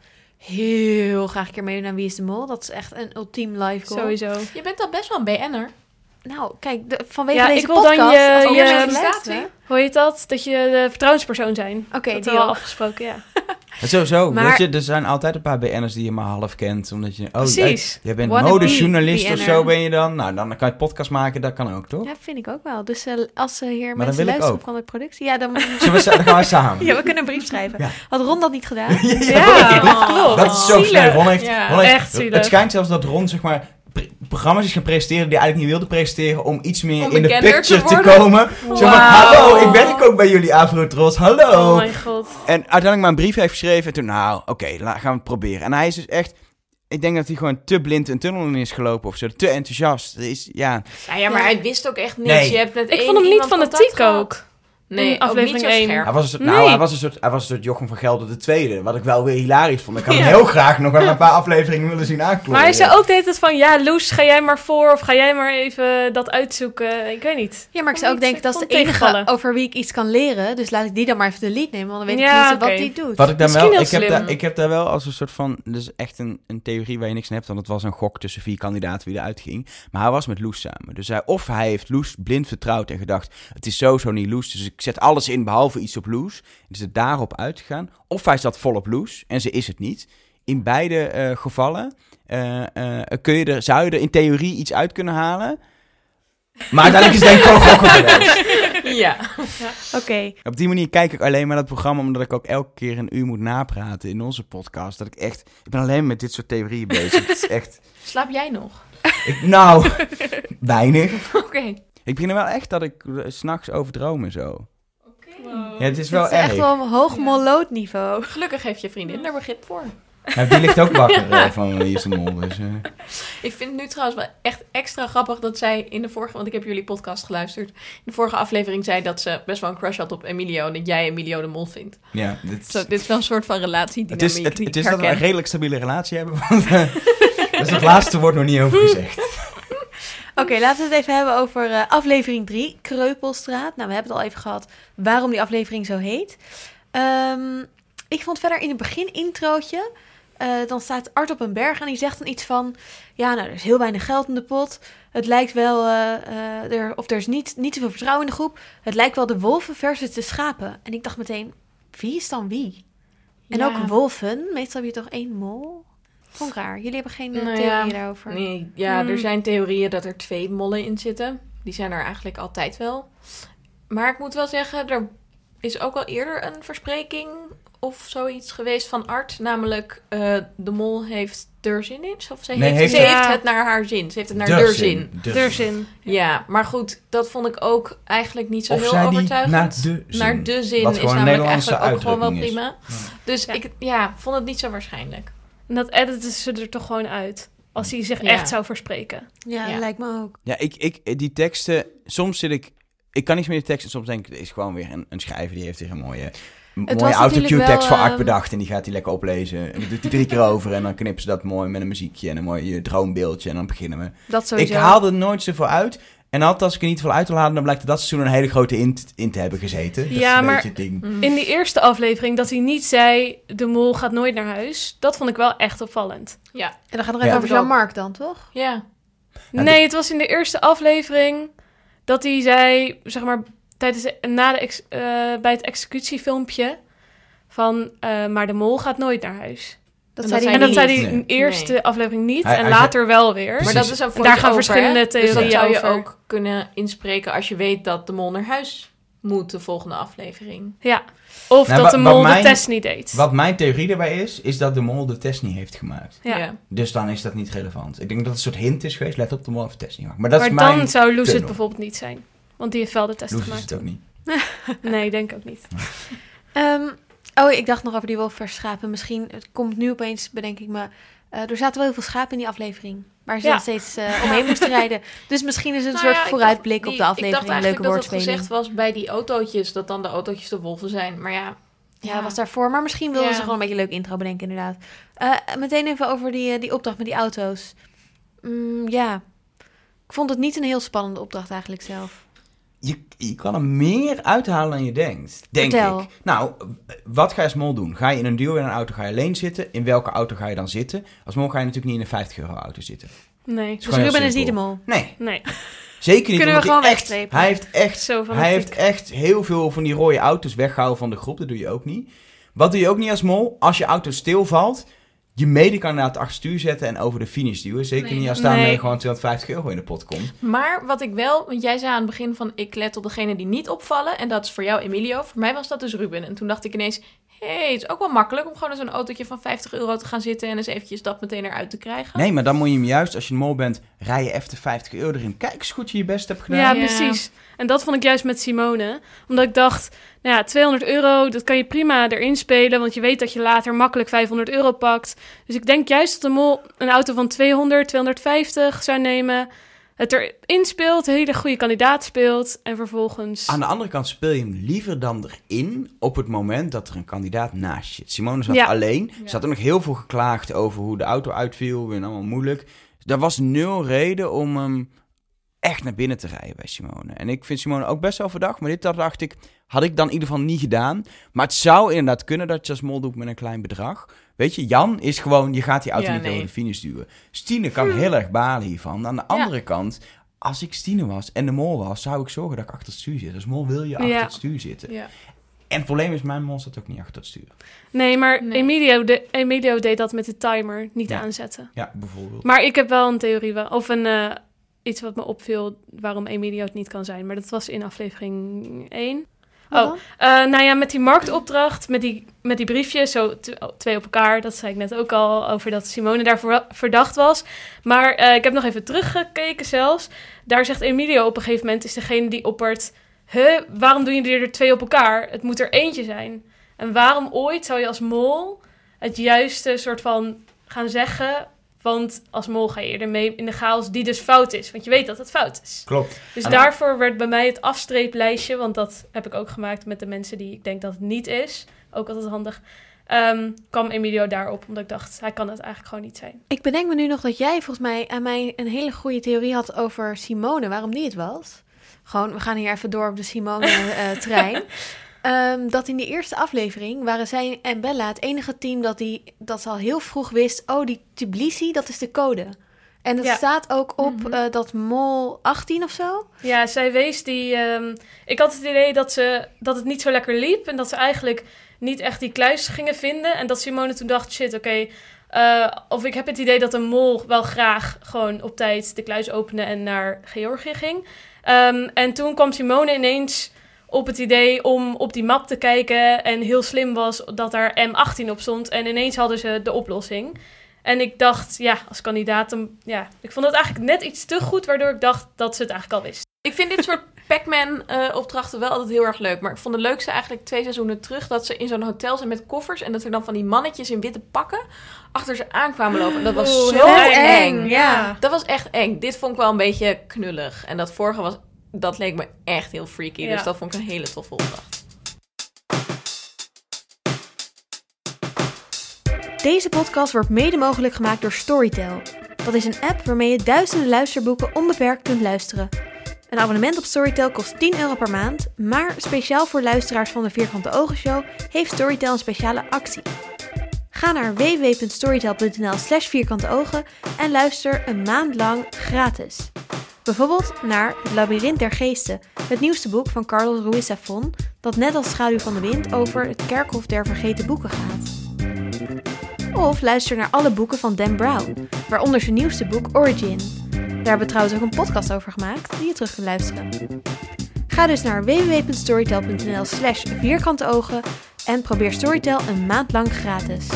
heel graag een keer meedoen aan Wie is de Mol. Dat is echt een ultiem live goal. Sowieso. Je bent al best wel een B N'er. Nou, kijk, de, vanwege Ja, deze ik wil dan podcast... je- als je- mensen je luisteren- Hoe heet dat? Dat je de vertrouwenspersoon zijn. Oké, dat die we al al. afgesproken, ja. En sowieso, Maar- weet je, er zijn altijd een paar B N'ers die je maar half kent. Omdat je, oh, Precies. jij, jij bent Wannabe modejournalist of B N'er. zo ben je dan. Nou, dan kan je podcast maken, dat kan ook, toch? Ja, vind ik ook wel. Dus uh, als ze hier Maar dan mensen wil ik luisteren ook. van de productie... Ja, dan, Zullen we, sa- dan gaan we samen. ja, we kunnen een brief schrijven. Ja. Had Ron dat niet gedaan? Ja, dat klopt. Dat is zo Zielig. snel. Ron heeft, Ja. Ron heeft- Echt zielig. Het schijnt zelfs dat Ron, zeg maar, pre- programma's is gaan presenteren die hij eigenlijk niet wilde presenteren om iets meer Om in de bekender picture te te, worden. komen. Zeg maar, Wauw. hallo, ik werk ook bij jullie Afro-Tros, hallo. Oh mijn god. En uiteindelijk maar een brief heeft geschreven en toen, nou, oké, okay, gaan we het proberen. En hij is dus echt, ik denk dat hij gewoon te blind een tunnel in is gelopen of zo, te enthousiast. Er is, ja, Ja, ja, maar hij wist ook echt niks. Nee. Je hebt met Ik één vond hem niet iemand fanatiek contact gehad. ook. Nee, in ook aflevering niet zo één. scherp. hij was een soort, Nee. nou, hij was een soort, hij was een soort Jochem van Gelder de tweede, wat ik wel weer hilarisch vond. Ik had hem Ja. heel graag nog wel een paar afleveringen willen zien aankloppen. Maar hij zei ook de hele tijd van... Ja, Loes, ga jij maar voor. Of ga jij maar even dat uitzoeken. Ik weet niet. Ja, maar ik Vond zou ook ik- denken, ik dat is de vond het enige tegenvallen. over wie ik iets kan leren. Dus laat ik die dan maar even de lead nemen, want dan weet ik Ja, tenminste oké. wat die doet. Wat ik daar Misschien wel, heel ik heb slim. daar, ik heb daar wel als een soort van, dus echt een, een theorie waar je niks aan hebt, want het was een gok tussen vier kandidaten wie eruit ging. Maar hij was met Loes samen. Dus hij, of hij heeft Loes blind vertrouwd en gedacht, het is sowieso niet Loes, dus ik zet alles in behalve iets op Loes. En is het daarop uitgegaan. Of hij zat vol op Loes en ze is het niet. In beide eh, gevallen uh, uh, kun je er, zou je er in theorie iets uit kunnen halen. Maar uiteindelijk is het denk ik gewoon gokken geweest. Ja. Oké, Op die manier kijk ik alleen maar naar het programma, omdat ik ook elke keer een uur moet napraten in onze podcast. Dat ik echt, ik ben alleen met dit soort theorieën bezig. Het is echt, Slaap jij nog? ik, nou, weinig. Oké. Ik begin er wel echt dat ik uh, 's nachts overdroom en zo. Wow. Ja, het is het wel is echt erg. wel een hoog molloot niveau. Gelukkig heeft je vriendin daar begrip voor. Nou, die ligt ook wakker uh, van Wie is de Mol. Dus, uh, Ik vind het nu trouwens wel echt extra grappig dat zij in de vorige... Want ik heb jullie podcast geluisterd. In de vorige aflevering zei dat ze best wel een crush had op Emilio. En dat jij Emilio de mol vindt. ja, dit is, Zo, dit is wel een soort van relatie het is, het, die het ik is dat we een herken. redelijk stabiele relatie hebben. Want, uh, dus het laatste wordt nog niet over gezegd. Oké, laten we het even hebben over uh, aflevering drie, Kreupelstraat. Nou, we hebben het al even gehad waarom die aflevering zo heet. Um, ik vond verder in het begin introotje, uh, dan staat Art op een berg en die zegt dan iets van... Ja, nou, er is heel weinig geld in de pot. Het lijkt wel, uh, uh, er, of er is niet, niet zoveel vertrouwen in de groep. Het lijkt wel de wolven versus de schapen. En ik dacht meteen, wie is dan wie? En Ja. ook wolven, meestal heb je toch één mol? Vond ik raar. Jullie hebben geen uh, Nou theorie ja, daarover. Nee, ja, Hmm. er zijn theorieën dat er twee mollen in zitten. Die zijn er eigenlijk altijd wel. Maar ik moet wel zeggen, er is ook al eerder een verspreking of zoiets geweest van Art. Namelijk, uh, de mol heeft er zin in. Of ze, Nee, heeft, heeft ze hij- heeft het naar haar zin. Ze heeft het naar De de zin. De Er zin. zin. Ja, maar goed, dat vond ik ook eigenlijk niet zo Of heel zei die overtuigend. naar de zin? Naar de zin Wat is gewoon een namelijk Nederlandse eigenlijk ook gewoon wel uitdrukking is. prima. Dus Ja. ik ja, vond het niet zo waarschijnlijk. En dat editen ze er toch gewoon uit. Als hij zich Ja. echt zou verspreken. Ja, Ja. lijkt me ook. Ja, ik, ik, die teksten, soms zit ik, ik kan niet meer de teksten, soms denk ik, er is gewoon weer een, een schrijver die heeft hier een mooie, een was mooie natuurlijk autotune-tekst wel, voor Art ehm, bedacht en die gaat hij lekker oplezen. En die doet hij drie keer over en dan knippen ze dat mooi met een muziekje en een mooi eh, droombeeldje en dan beginnen we. Dat sowieso. Ik haalde er nooit zoveel uit. En altijd als ik er niet veel uit wil halen, dan blijkt er dat seizoen een hele grote int in te hebben gezeten. Dat Ja, is een maar- beetje het ding. Mm. In die eerste aflevering dat hij niet zei... de mol gaat nooit naar huis. Dat vond ik wel echt opvallend. Ja. En dan gaat het nog Ja. even over Jean-Marc dan, toch? Ja. Ja, Nee, het was in de eerste aflevering... dat hij zei, zeg maar... tijdens na de ex, uh, bij het executiefilmpje van uh, maar de mol gaat nooit naar huis. Dat En zei dat hij En dat niet. zei hij Nee. in de eerste Nee. aflevering niet Hij- en hij later wel weer. Precies. Maar dat is een En daar gaan voice-over, verschillende hè? Dus dat theorieën zou je over. ook kunnen inspreken als je weet dat de mol naar huis moet de volgende aflevering. Ja. Of Nou, dat wa- de wat mol mijn- de test niet deed. Wat mijn theorie daarbij is, is dat de mol de test niet heeft gemaakt. Ja. Dus dan is dat niet relevant. Ik denk dat het een soort hint is geweest. Let op, de mol heeft de test niet gemaakt. Maar dat Maar is dan mijn zou Loes het tunnel. bijvoorbeeld niet zijn. Want die heeft wel de test Loes is gemaakt. het ook niet. Nee, ik denk ook niet. Ehm, oh, ik dacht nog over die wolfversschapen. Misschien, het komt nu opeens, bedenk ik me. Uh, er zaten wel heel veel schapen in die aflevering. Waar ze Ja. nog steeds uh, omheen moesten rijden. Dus misschien is het een Nou soort ja, ik vooruitblik dacht- op de die- aflevering. Ik dacht Leuke eigenlijk dat het woordspeling. gezegd was bij die autootjes, dat dan de autootjes de wolven zijn. Maar ja, Ja, was daarvoor. Maar misschien wilden Ja. ze gewoon een beetje een leuk intro bedenken, inderdaad. Uh, meteen even over die, uh, die opdracht met die auto's. Mm, ja, ik vond het niet een heel spannende opdracht eigenlijk zelf. Je, je kan er meer uithalen dan je denkt, denk Vertel. ik. Nou, wat ga je als mol doen? Ga je in een duo in een auto, ga je alleen zitten? In welke auto ga je dan zitten? Als mol ga je natuurlijk niet in een vijftig euro auto zitten. Nee. Dus gewoon heel Ruben is niet de simpel. mol. Nee, Nee. zeker niet. Kunnen we omdat gewoon hij echt, wegstrepen. hij heeft echt, Zo van hij het heeft echt heel veel van die rode auto's weggehouden van de groep. Dat doe je ook niet. Wat doe je ook niet als mol? Als je auto stilvalt, je mede-kandidaat achter stuur zetten en over de finish duwen. Zeker Nee. niet als daarmee Nee. gewoon tweehonderdvijftig euro in de pot komt. Maar wat ik wel, want jij zei aan het begin van ik let op degene die niet opvallen. En dat is voor jou Emilio. Voor mij was dat dus Ruben. En toen dacht ik ineens, hé, hey, het is ook wel makkelijk om gewoon in zo'n autootje van vijftig euro te gaan zitten en eens eventjes dat meteen eruit te krijgen. Nee, maar dan moet je hem juist, als je een mol bent, rij je even de vijftig euro erin. Kijk eens goed je je best hebt gedaan. Ja, Ja. precies. En dat vond ik juist met Simone. Omdat ik dacht, nou ja, tweehonderd euro, dat kan je prima erin spelen. Want je weet dat je later makkelijk vijfhonderd euro pakt. Dus ik denk juist dat de mol een auto van tweehonderd, tweehonderdvijftig zou nemen. Het erin speelt, een hele goede kandidaat speelt. En vervolgens... Aan de andere kant speel je hem liever dan erin op het moment dat er een kandidaat naast je zit. Simone zat Ja. alleen. Ja. Ze had er nog heel veel geklaagd over hoe de auto uitviel. En allemaal moeilijk. Er was nul reden om hem echt naar binnen te rijden bij Simone. En ik vind Simone ook best wel verdacht. Maar dit dat dacht ik, had ik dan in ieder geval niet gedaan. Maar het zou inderdaad kunnen dat je als mol doet met een klein bedrag. Weet je, Jan is gewoon, je gaat die auto Ja, niet nee. over de finish duwen. Stine kan heel erg balen hiervan. Aan de andere kant, als ik Stine was en de mol was, zou ik zorgen dat ik achter het stuur zit. Als mol wil je achter Ja. het stuur zitten. Ja. En het probleem is, mijn mol zat ook niet achter het stuur. Nee, maar Nee. Emilio, de, Emilio deed dat met de timer niet Ja. aanzetten. Ja, bijvoorbeeld. Maar ik heb wel een theorie, wel, of een, eh, iets wat me opviel waarom Emilio het niet kan zijn. Maar dat was in aflevering één. Wat Oh, dan? Uh, nou ja, met die marktopdracht, met die, met die briefjes, zo t- oh, twee op elkaar. Dat zei ik net ook al, over dat Simone daar ver- verdacht was. Maar uh, ik heb nog even teruggekeken zelfs. Daar zegt Emilio op een gegeven moment, is degene die oppert... Huh, waarom doen jullie er twee op elkaar? Het moet er eentje zijn. En waarom ooit zou je als mol het juiste soort van gaan zeggen... Want als mol ga je eerder mee in de chaos die dus fout is. Want je weet dat het fout is. Klopt. Dus En- daarvoor werd bij mij het afstreeplijstje... want dat heb ik ook gemaakt met de mensen die ik denk dat het niet is. Ook altijd handig. Um, kwam Emilio daarop, omdat ik dacht... hij kan het eigenlijk gewoon niet zijn. Ik bedenk me nu nog dat jij volgens mij aan mij een hele goede theorie had over Simone. Waarom die het was. Gewoon, we gaan hier even door op de Simone-trein. Um, dat in die eerste aflevering waren zij en Bella het enige team dat, die, dat ze al heel vroeg wist... oh, die Tbilisi, dat is de code. En dat Ja. staat ook op Mhm. uh, dat mol achttien of zo. Ja, zij wees die... Um, ik had het idee dat, ze, dat het niet zo lekker liep... en dat ze eigenlijk niet echt die kluis gingen vinden. En dat Simone toen dacht, shit, oké... Okay, uh, of ik heb het idee dat een mol wel graag gewoon op tijd de kluis opende... en naar Georgië ging. Um, en toen kwam Simone ineens... op het idee om op die map te kijken... en heel slim was dat daar M achttien op stond... en ineens hadden ze de oplossing. En ik dacht, ja, als kandidaat... dan- ja, ik vond het eigenlijk net iets te goed... waardoor ik dacht dat ze het eigenlijk al wist. Ik vind dit soort Pac-Man-opdrachten wel altijd heel erg leuk. Maar ik vond het leukste eigenlijk twee seizoenen terug... dat ze in zo'n hotel zijn met koffers... en dat er dan van die mannetjes in witte pakken... achter ze aankwamen lopen. En dat was Oeh, zo heel eng. eng, ja. Dat was echt eng. Dit vond ik wel een beetje knullig. En dat vorige was... dat leek me echt heel freaky. Ja. Dus dat vond ik een hele toffe opdracht. Deze podcast wordt mede mogelijk gemaakt door Storytel. Dat is een app waarmee je duizenden luisterboeken onbeperkt kunt luisteren. Een abonnement op Storytel kost tien euro per maand, maar speciaal voor luisteraars van de Vierkante Ogen Show heeft Storytel een speciale actie. Ga naar w w w punt storytel punt n l slash vierkante ogen en luister een maand lang gratis. Bijvoorbeeld naar Het Labyrinth der Geesten, het nieuwste boek van Carlos Ruiz Zafón, dat net als Schaduw van de Wind over het kerkhof der vergeten boeken gaat. Of luister naar alle boeken van Dan Brown, waaronder zijn nieuwste boek Origin. Daar hebben we trouwens ook een podcast over gemaakt, die je terug kunt luisteren. Ga dus naar w w w punt storytel punt n l slash vierkante ogen en probeer Storytel een maand lang gratis.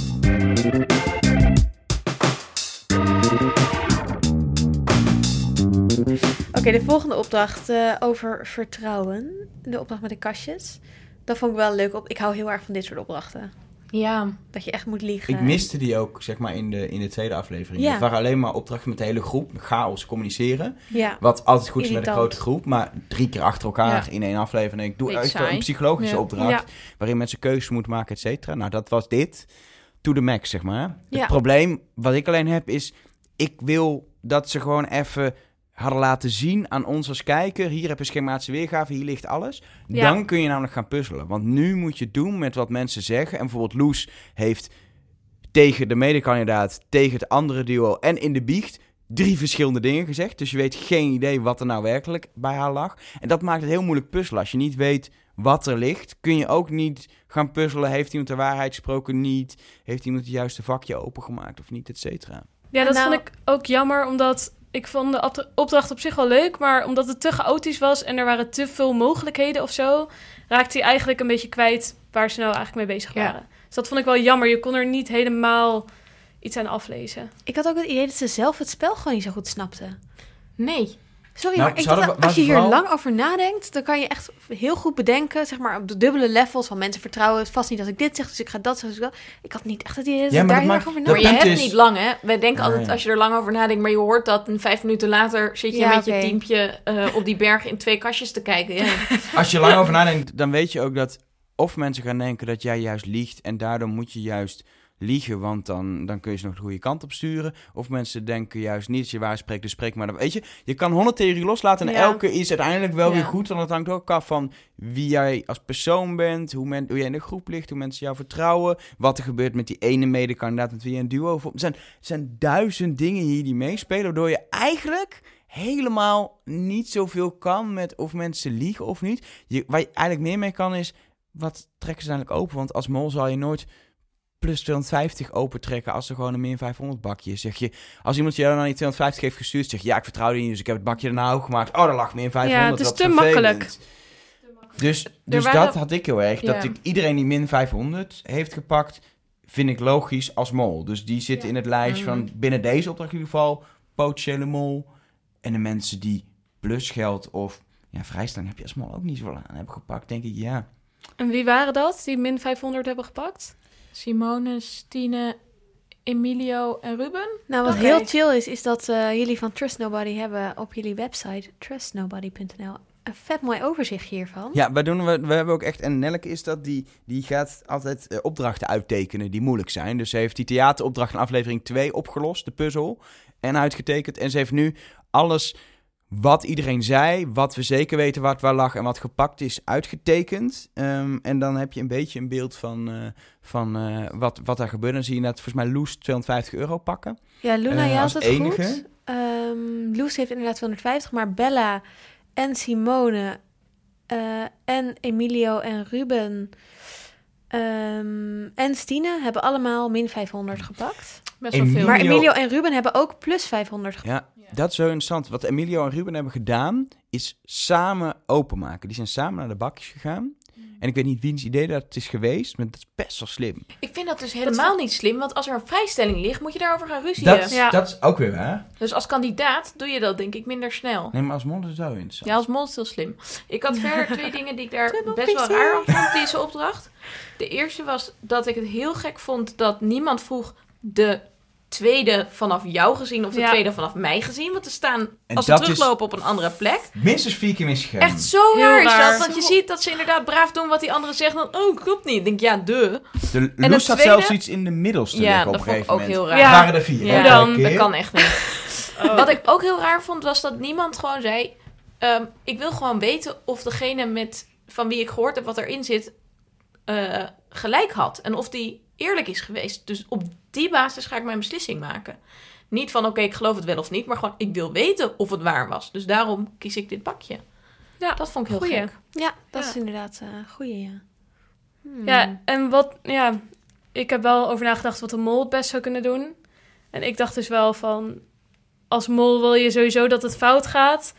Oké, okay, de volgende opdracht uh, over vertrouwen. De opdracht met de kastjes. Dat vond ik wel leuk. Op. Ik hou heel erg van dit soort opdrachten. Ja. Dat je echt moet liegen. Ik miste die ook, zeg maar, in de, in de tweede aflevering. Ja. Het waren alleen maar opdrachten met de hele groep. Chaos communiceren. Ja. Wat altijd goed is Irritant. met een grote groep. Maar drie keer achter elkaar Ja. in één aflevering. Ik doe Beetje echt wel een saai. psychologische Ja. opdracht. Ja. Waarin mensen keuzes moeten maken, et cetera. Nou, dat was dit. To the max, zeg maar. Ja. Het probleem wat ik alleen heb is... Ik wil dat ze gewoon even... hadden laten zien aan ons als kijker... hier heb je schematische weergave, hier ligt alles. Ja. Dan kun je namelijk gaan puzzelen. Want nu moet je doen met wat mensen zeggen. En bijvoorbeeld Loes heeft tegen de medekandidaat... tegen het andere duo en in de biecht... drie verschillende dingen gezegd. Dus je weet geen idee wat er nou werkelijk bij haar lag. En dat maakt het heel moeilijk puzzelen. Als je niet weet wat er ligt... kun je ook niet gaan puzzelen. Heeft iemand de waarheid gesproken? Niet. Heeft iemand het juiste vakje opengemaakt of niet, et cetera. Ja, dat Nou- vond ik ook jammer, omdat ik vond de opdra- opdracht op zich wel leuk, maar omdat het te chaotisch was en er waren te veel mogelijkheden of zo, raakte hij eigenlijk een beetje kwijt waar ze nou eigenlijk mee bezig Ja. waren. Dus dat vond ik wel jammer. Je kon er niet helemaal iets aan aflezen. Ik had ook het idee dat ze zelf het spel gewoon niet zo goed snapten. Nee. Sorry, Nou, maar ik ze hadden- dacht, maar als je ze hier vooral- lang over nadenkt... dan kan je echt heel goed bedenken... zeg maar op de dubbele levels van mensen vertrouwen... het vast niet als ik dit zeg, dus ik ga dat zo. Dus ik, wel- ik had niet echt het idee dat Ja, ik maar daar dat heel erg maakt- over dat Maar nadenk. je punt hebt is- niet lang, hè? Wij denken Nee. altijd, als je er lang over nadenkt... maar je hoort dat en vijf minuten later... zit je Ja, met oké. je teampje uh, op die berg in twee kastjes te kijken. Ja. Als je lang over nadenkt, dan weet je ook dat... of mensen gaan denken dat jij juist liegt... en daardoor moet je juist liegen... want dan, dan kun je ze nog de goede kant op sturen. Of mensen denken juist niet dat je waar spreekt, dus spreek maar. Dan, weet je, je kan honderd theorieën loslaten... en Ja. elke is uiteindelijk wel Ja. weer goed... want het hangt ook af van wie jij als persoon bent... hoe, men, hoe jij in de groep ligt, hoe mensen jou vertrouwen... wat er gebeurt met die ene medekandidaat... met wie je een duo vormt. Er zijn, er zijn duizend dingen hier die meespelen... waardoor je eigenlijk... helemaal niet zoveel kan met of mensen liegen of niet. Je, waar je eigenlijk meer mee kan is... wat trekken ze eigenlijk open? Want als mol zal je nooit plus tweehonderdvijftig open trekken... als er gewoon een min vijfhonderd bakje is. Zeg je, als iemand je dan aan die tweehonderdvijftig heeft gestuurd... zeg je, ja, ik vertrouw die niet, dus ik heb het bakje erna ook gemaakt. Oh, daar lag min vijfhonderd. Ja, het is wat te vervelend. makkelijk. Dus, dus waren- dat had ik heel erg. Dat Ja. ik iedereen die min vijfhonderd heeft gepakt... vind ik logisch als mol. Dus die zitten Ja. in het lijstje Mhm. van... binnen deze opdracht in ieder geval... potentiële mol... En de mensen die plusgeld of ja, vrijstelling heb je als mol ook niet zo aan hebben gepakt, denk ik, ja. En wie waren dat die min vijfhonderd hebben gepakt? Simone, Stine, Emilio en Ruben. Nou, wat Oké. heel chill is... is dat uh, jullie van Trust Nobody hebben... op jullie website trust nobody punt n l... een vet mooi overzichtje hiervan. Ja, wij doen, we, we hebben ook echt... En Nelleke is dat, die, die gaat altijd uh, opdrachten uittekenen die moeilijk zijn. Dus ze heeft die theateropdracht in aflevering twee opgelost, de puzzel, en uitgetekend. En ze heeft nu alles wat iedereen zei, wat we zeker weten wat waar lag en wat gepakt is, uitgetekend. Um, en dan heb je een beetje een beeld van, uh, van uh, wat, wat daar gebeurt. Dan zie je dat volgens mij Loes tweehonderdvijftig euro pakken. Ja, Luna, Uh, je had als het enige. goed. Um, Loes heeft inderdaad tweehonderdvijftig, maar Bella en Simone uh, en Emilio en Ruben um, en Stine hebben allemaal min vijfhonderd gepakt. Best wel Emilio- veel. Maar Emilio en Ruben hebben ook plus vijfhonderd gepakt. Ja, dat is zo interessant. Wat Emilio en Ruben hebben gedaan, is samen openmaken. Die zijn samen naar de bakjes gegaan. En ik weet niet wiens idee dat is geweest, maar dat is best wel slim. Ik vind dat dus helemaal niet slim, want als er een vrijstelling ligt, moet je daarover gaan ruzien. Dat, Ja. dat is ook weer waar. Dus als kandidaat doe je dat denk ik minder snel. Nee, maar als mond is het zo interessant. Ja, als mol is het heel slim. Ik had verder twee dingen die ik daar Dubbel best wel visie. raar aan vond, deze opdracht. De eerste was dat ik het heel gek vond dat niemand vroeg de tweede vanaf jou gezien of de Ja. tweede vanaf mij gezien. Want er staan, En als ze dat is- teruglopen op een andere plek. Minstens vier keer misgegaan. Echt zo Heel raar is raar. dat. Want je ziet dat ze inderdaad braaf doen wat die anderen zeggen. Dan, oh, klopt niet. Ik denk, ja, de. De het Loes had tweede- zelfs iets in de middelste Ja, liggen op dat een vond ik gegeven ook moment. heel raar. Ja. Er waren er vier. Ja, hè, dan- elke keer. Dat kan echt niet. Wat ik ook heel raar vond, was dat niemand gewoon zei... Um, ik wil gewoon weten of degene met, van wie ik gehoord heb wat erin zit... Uh, gelijk had. En of die eerlijk is geweest. Dus op die basis ga ik mijn beslissing maken. Niet van, oké, okay, ik geloof het wel of niet, maar gewoon, ik wil weten of het waar was. Dus daarom kies ik dit pakje. Ja, dat vond ik heel goeie. gek. Ja, dat Ja. is inderdaad een uh, goeie, ja. Hmm. Ja, en wat, ja, ik heb wel over nagedacht wat een mol het best zou kunnen doen. En ik dacht dus wel van, als mol wil je sowieso dat het fout gaat.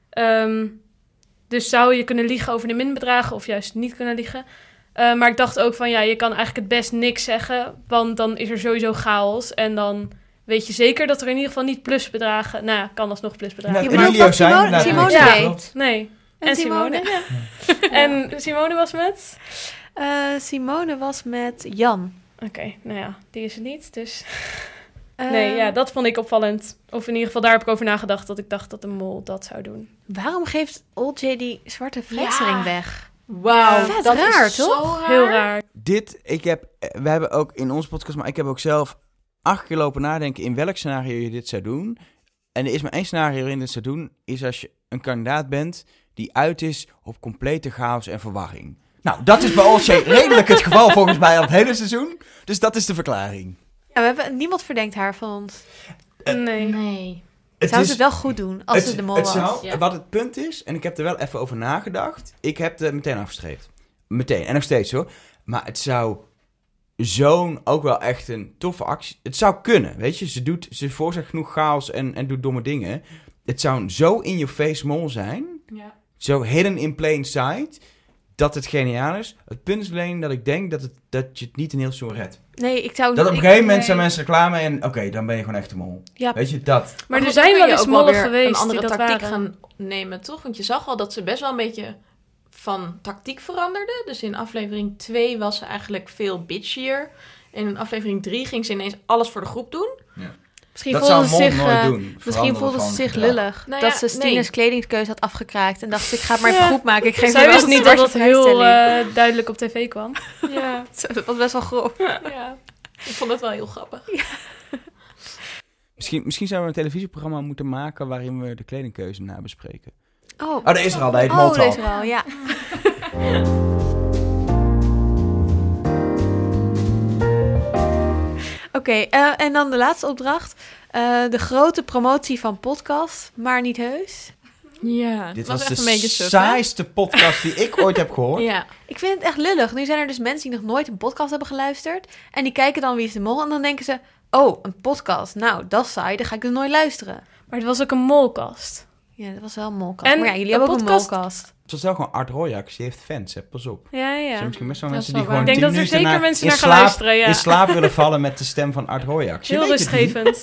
Um, dus zou je kunnen liegen over de minbedragen of juist niet kunnen liegen. Uh, maar ik dacht ook van, ja, je kan eigenlijk het best niks zeggen, want dan is er sowieso chaos. En dan weet je zeker dat er in ieder geval niet plusbedragen, nou ja, kan alsnog plusbedragen. Nou, Je bedoelt Emilio wat zijn, Simone, nou, Simone ja, deed? klopt. Nee, en, En Simone. Simone. Ja. En Simone was met? Uh, Simone was met Jan. Oké, okay, nou ja, die is het niet, dus... Uh, Nee, ja, dat vond ik opvallend. Of in ieder geval, daar heb ik over nagedacht dat ik dacht dat de mol dat zou doen. Waarom geeft Old J die zwarte flexering Ja. weg? Wauw, Vet dat raar, is toch? zo raar. Heel raar. Dit, ik heb, we hebben ook in onze podcast, maar ik heb ook zelf acht keer lopen nadenken in welk scenario je dit zou doen. En er is maar één scenario waarin dit zou doen, is als je een kandidaat bent die uit is op complete chaos en verwarring. Nou, dat is bij Old J redelijk het geval volgens mij al het hele seizoen. Dus dat is de verklaring. Ja, we hebben, niemand verdenkt haar van ons. Nee. Nee. Zou ze het wel goed doen als het, ze de mol het was? zou, Ja. Wat het punt is, en ik heb er wel even over nagedacht. Ik heb er meteen afgestreept. Meteen, en nog steeds hoor. Maar het zou zo'n ook wel echt een toffe actie... Het zou kunnen, weet je. Ze, doet, ze veroorzaakt genoeg chaos en, en doet domme dingen. Het zou een zo in-your-face mol zijn. Ja. Zo hidden in plain sight. Dat het geniaal is. Het punt is alleen dat ik denk dat, het, dat je het niet een heel seizoen redt. Nee, ik zou... Dat op een ik- gegeven moment nee. zijn mensen er klaar mee en oké, okay, dan ben je gewoon echt de mol. Ja. Weet je, dat. Maar er goed, zijn dan kun wel je eens ook wel mollen weer geweest een andere die dat tactiek waren. gaan nemen, toch? Want je zag al dat ze best wel een beetje van tactiek veranderde. Dus in aflevering twee was ze eigenlijk veel bitchier. En in aflevering drie ging ze ineens alles voor de groep doen. Misschien Dat zou voelde een ze mol zich, nooit eh, doen. misschien Veranderen voelde ze van zich gedrag. lullig. Nou dat ja, ze Stina's nee. kledingkeuze had afgekraakt. En dacht ze, ik ga het maar Ja. even goed maken. Ik geef Zij er wel wist een niet dat dat zwarte heel vrijstelling. uh, duidelijk op tv kwam. Ja. Dat was best wel grof. ja. Ik vond het wel heel grappig. Misschien, misschien zouden we een televisieprogramma moeten maken waarin we de kledingkeuze nabespreken. Oh, Oh, daar is er al, dat heet oh Moltalk. deze wel, ja. Oké, okay, uh, en dan de laatste opdracht. Uh, de grote promotie van podcast, maar niet heus. Ja, Dit was, was, echt de een beetje suf, hè? saaiste podcast die ik ooit heb gehoord. Ja. Ik vind het echt lullig. Nu zijn er dus mensen die nog nooit een podcast hebben geluisterd. En die kijken dan Wie is de Mol. En dan denken ze, oh, een podcast. Nou, dat is saai. Dan ga ik dus nooit luisteren. Maar het was ook een molkast. Ja, dat was wel een molkast. En Maar ja, jullie een hebben ook podcast- een molkast. Het was wel gewoon Art Royax, die heeft fans, hè? Pas op. Ja, Er ja. zijn misschien best wel Dat mensen is die wel gewoon waar. Ik denk tien dat er minuten zeker na- mensen in naar gaan slaap- luisteren, ja. in slaap willen vallen met de stem van Art Royax. Je Heel weet het niet. rustgevend.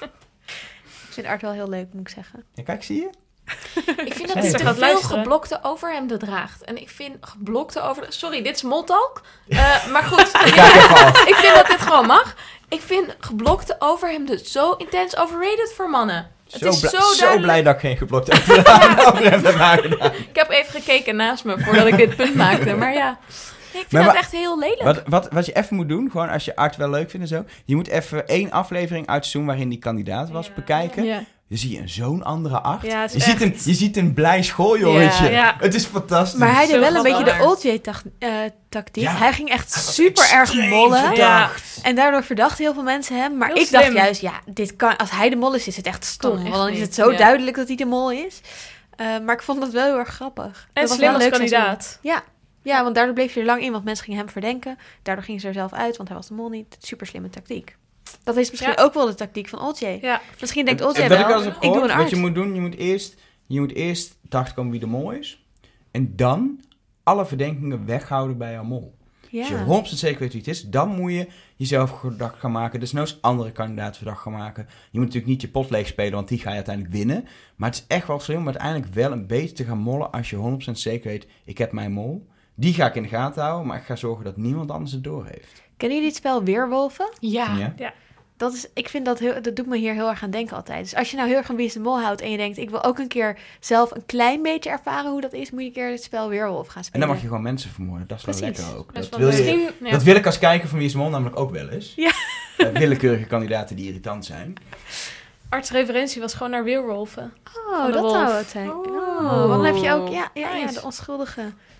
Ik vind Art wel heel leuk, moet ik zeggen. Ja, kijk, zie je? Ik vind Zij dat hij heeft te gaat veel luisteren. geblokte overhemden draagt. En ik vind geblokte over... Sorry, dit is Moltalk. Uh, maar goed, Kijk even af. ik vind dat dit gewoon mag. Ik vind geblokte overhemden zo intens overrated voor mannen. Het Zo, is blij, zo zo duidelijk. blij dat ik geen geblokt heb over hem heb aangedaan. Ik heb even gekeken naast me voordat ik dit punt maakte. Maar ja, ik vind Maar dat wa- echt heel lelijk. Wat, wat, wat je even moet doen, gewoon als je Art wel leuk vindt en zo. Je moet even één aflevering uit het seizoen waarin die kandidaat was Ja. bekijken. Ja. Dan zie je een zo'n andere Art. Ja, het je, is ziet een, echt- je ziet een blij schooljongetje. Ja, ja. Het is fantastisch. Maar hij deed Zo wel een beetje grappig. de Old J-tactiek. Ja. Hij ging echt Hij was super erg extreem mollen. verdacht. En daardoor verdachten heel veel mensen hem. Maar Heel ik dacht slim. juist, ja, dit kan, als hij de mol is, is het echt stom. Kan echt Want dan is niet, het zo ja. duidelijk dat hij de mol is. Uh, maar ik vond dat wel heel erg grappig. En Dat was slim wel als een leuk seizoen. kandidaat. Ja. ja, want daardoor bleef je er lang in, want mensen gingen hem verdenken. Daardoor gingen ze er zelf uit, want hij was de mol niet. Super slimme tactiek. Dat is misschien Ja. ook wel de tactiek van Old J. Ja. Misschien denkt Old J Wat wel, ik wel eens heb ik doe gehoord, een wat art. je moet doen, je moet eerst, je moet eerst erachter komen wie de mol is. En dan alle verdenkingen weghouden bij jouw mol. Ja. Als je honderd procent zeker weet wie het is, dan moet je jezelf verdacht gaan maken. Dus nooit andere kandidaten verdacht gaan maken. Je moet natuurlijk niet je pot leeg spelen, want die ga je uiteindelijk winnen. Maar het is echt wel slim om uiteindelijk wel een beetje te gaan mollen als je honderd procent zeker weet, ik heb mijn mol. Die ga ik in de gaten houden, maar ik ga zorgen dat niemand anders het doorheeft. Kennen jullie het spel Weerwolven? Ja. Ja? Dat, is, ik vind dat, heel, dat doet me hier heel erg aan denken altijd. Dus als je nou heel erg van Wie is de Mol houdt en je denkt, ik wil ook een keer zelf een klein beetje ervaren hoe dat is, moet je een keer het spel Weerwolf gaan En spelen. dan mag je gewoon mensen vermoorden. Dat is wel Precies. lekker ook. Dat is Dat wel wil, je, Misschien... Ja. dat wil ik als kijker van Wie is de Mol namelijk ook wel eens. Ja. Uh, willekeurige kandidaten die irritant zijn. Arts referentie was gewoon naar weerwolven. Oh, de dat wolf. zou het zijn. Oh. Oh, want dan heb je ook, ja, ja, ja Nice. de onschuldige. Ja.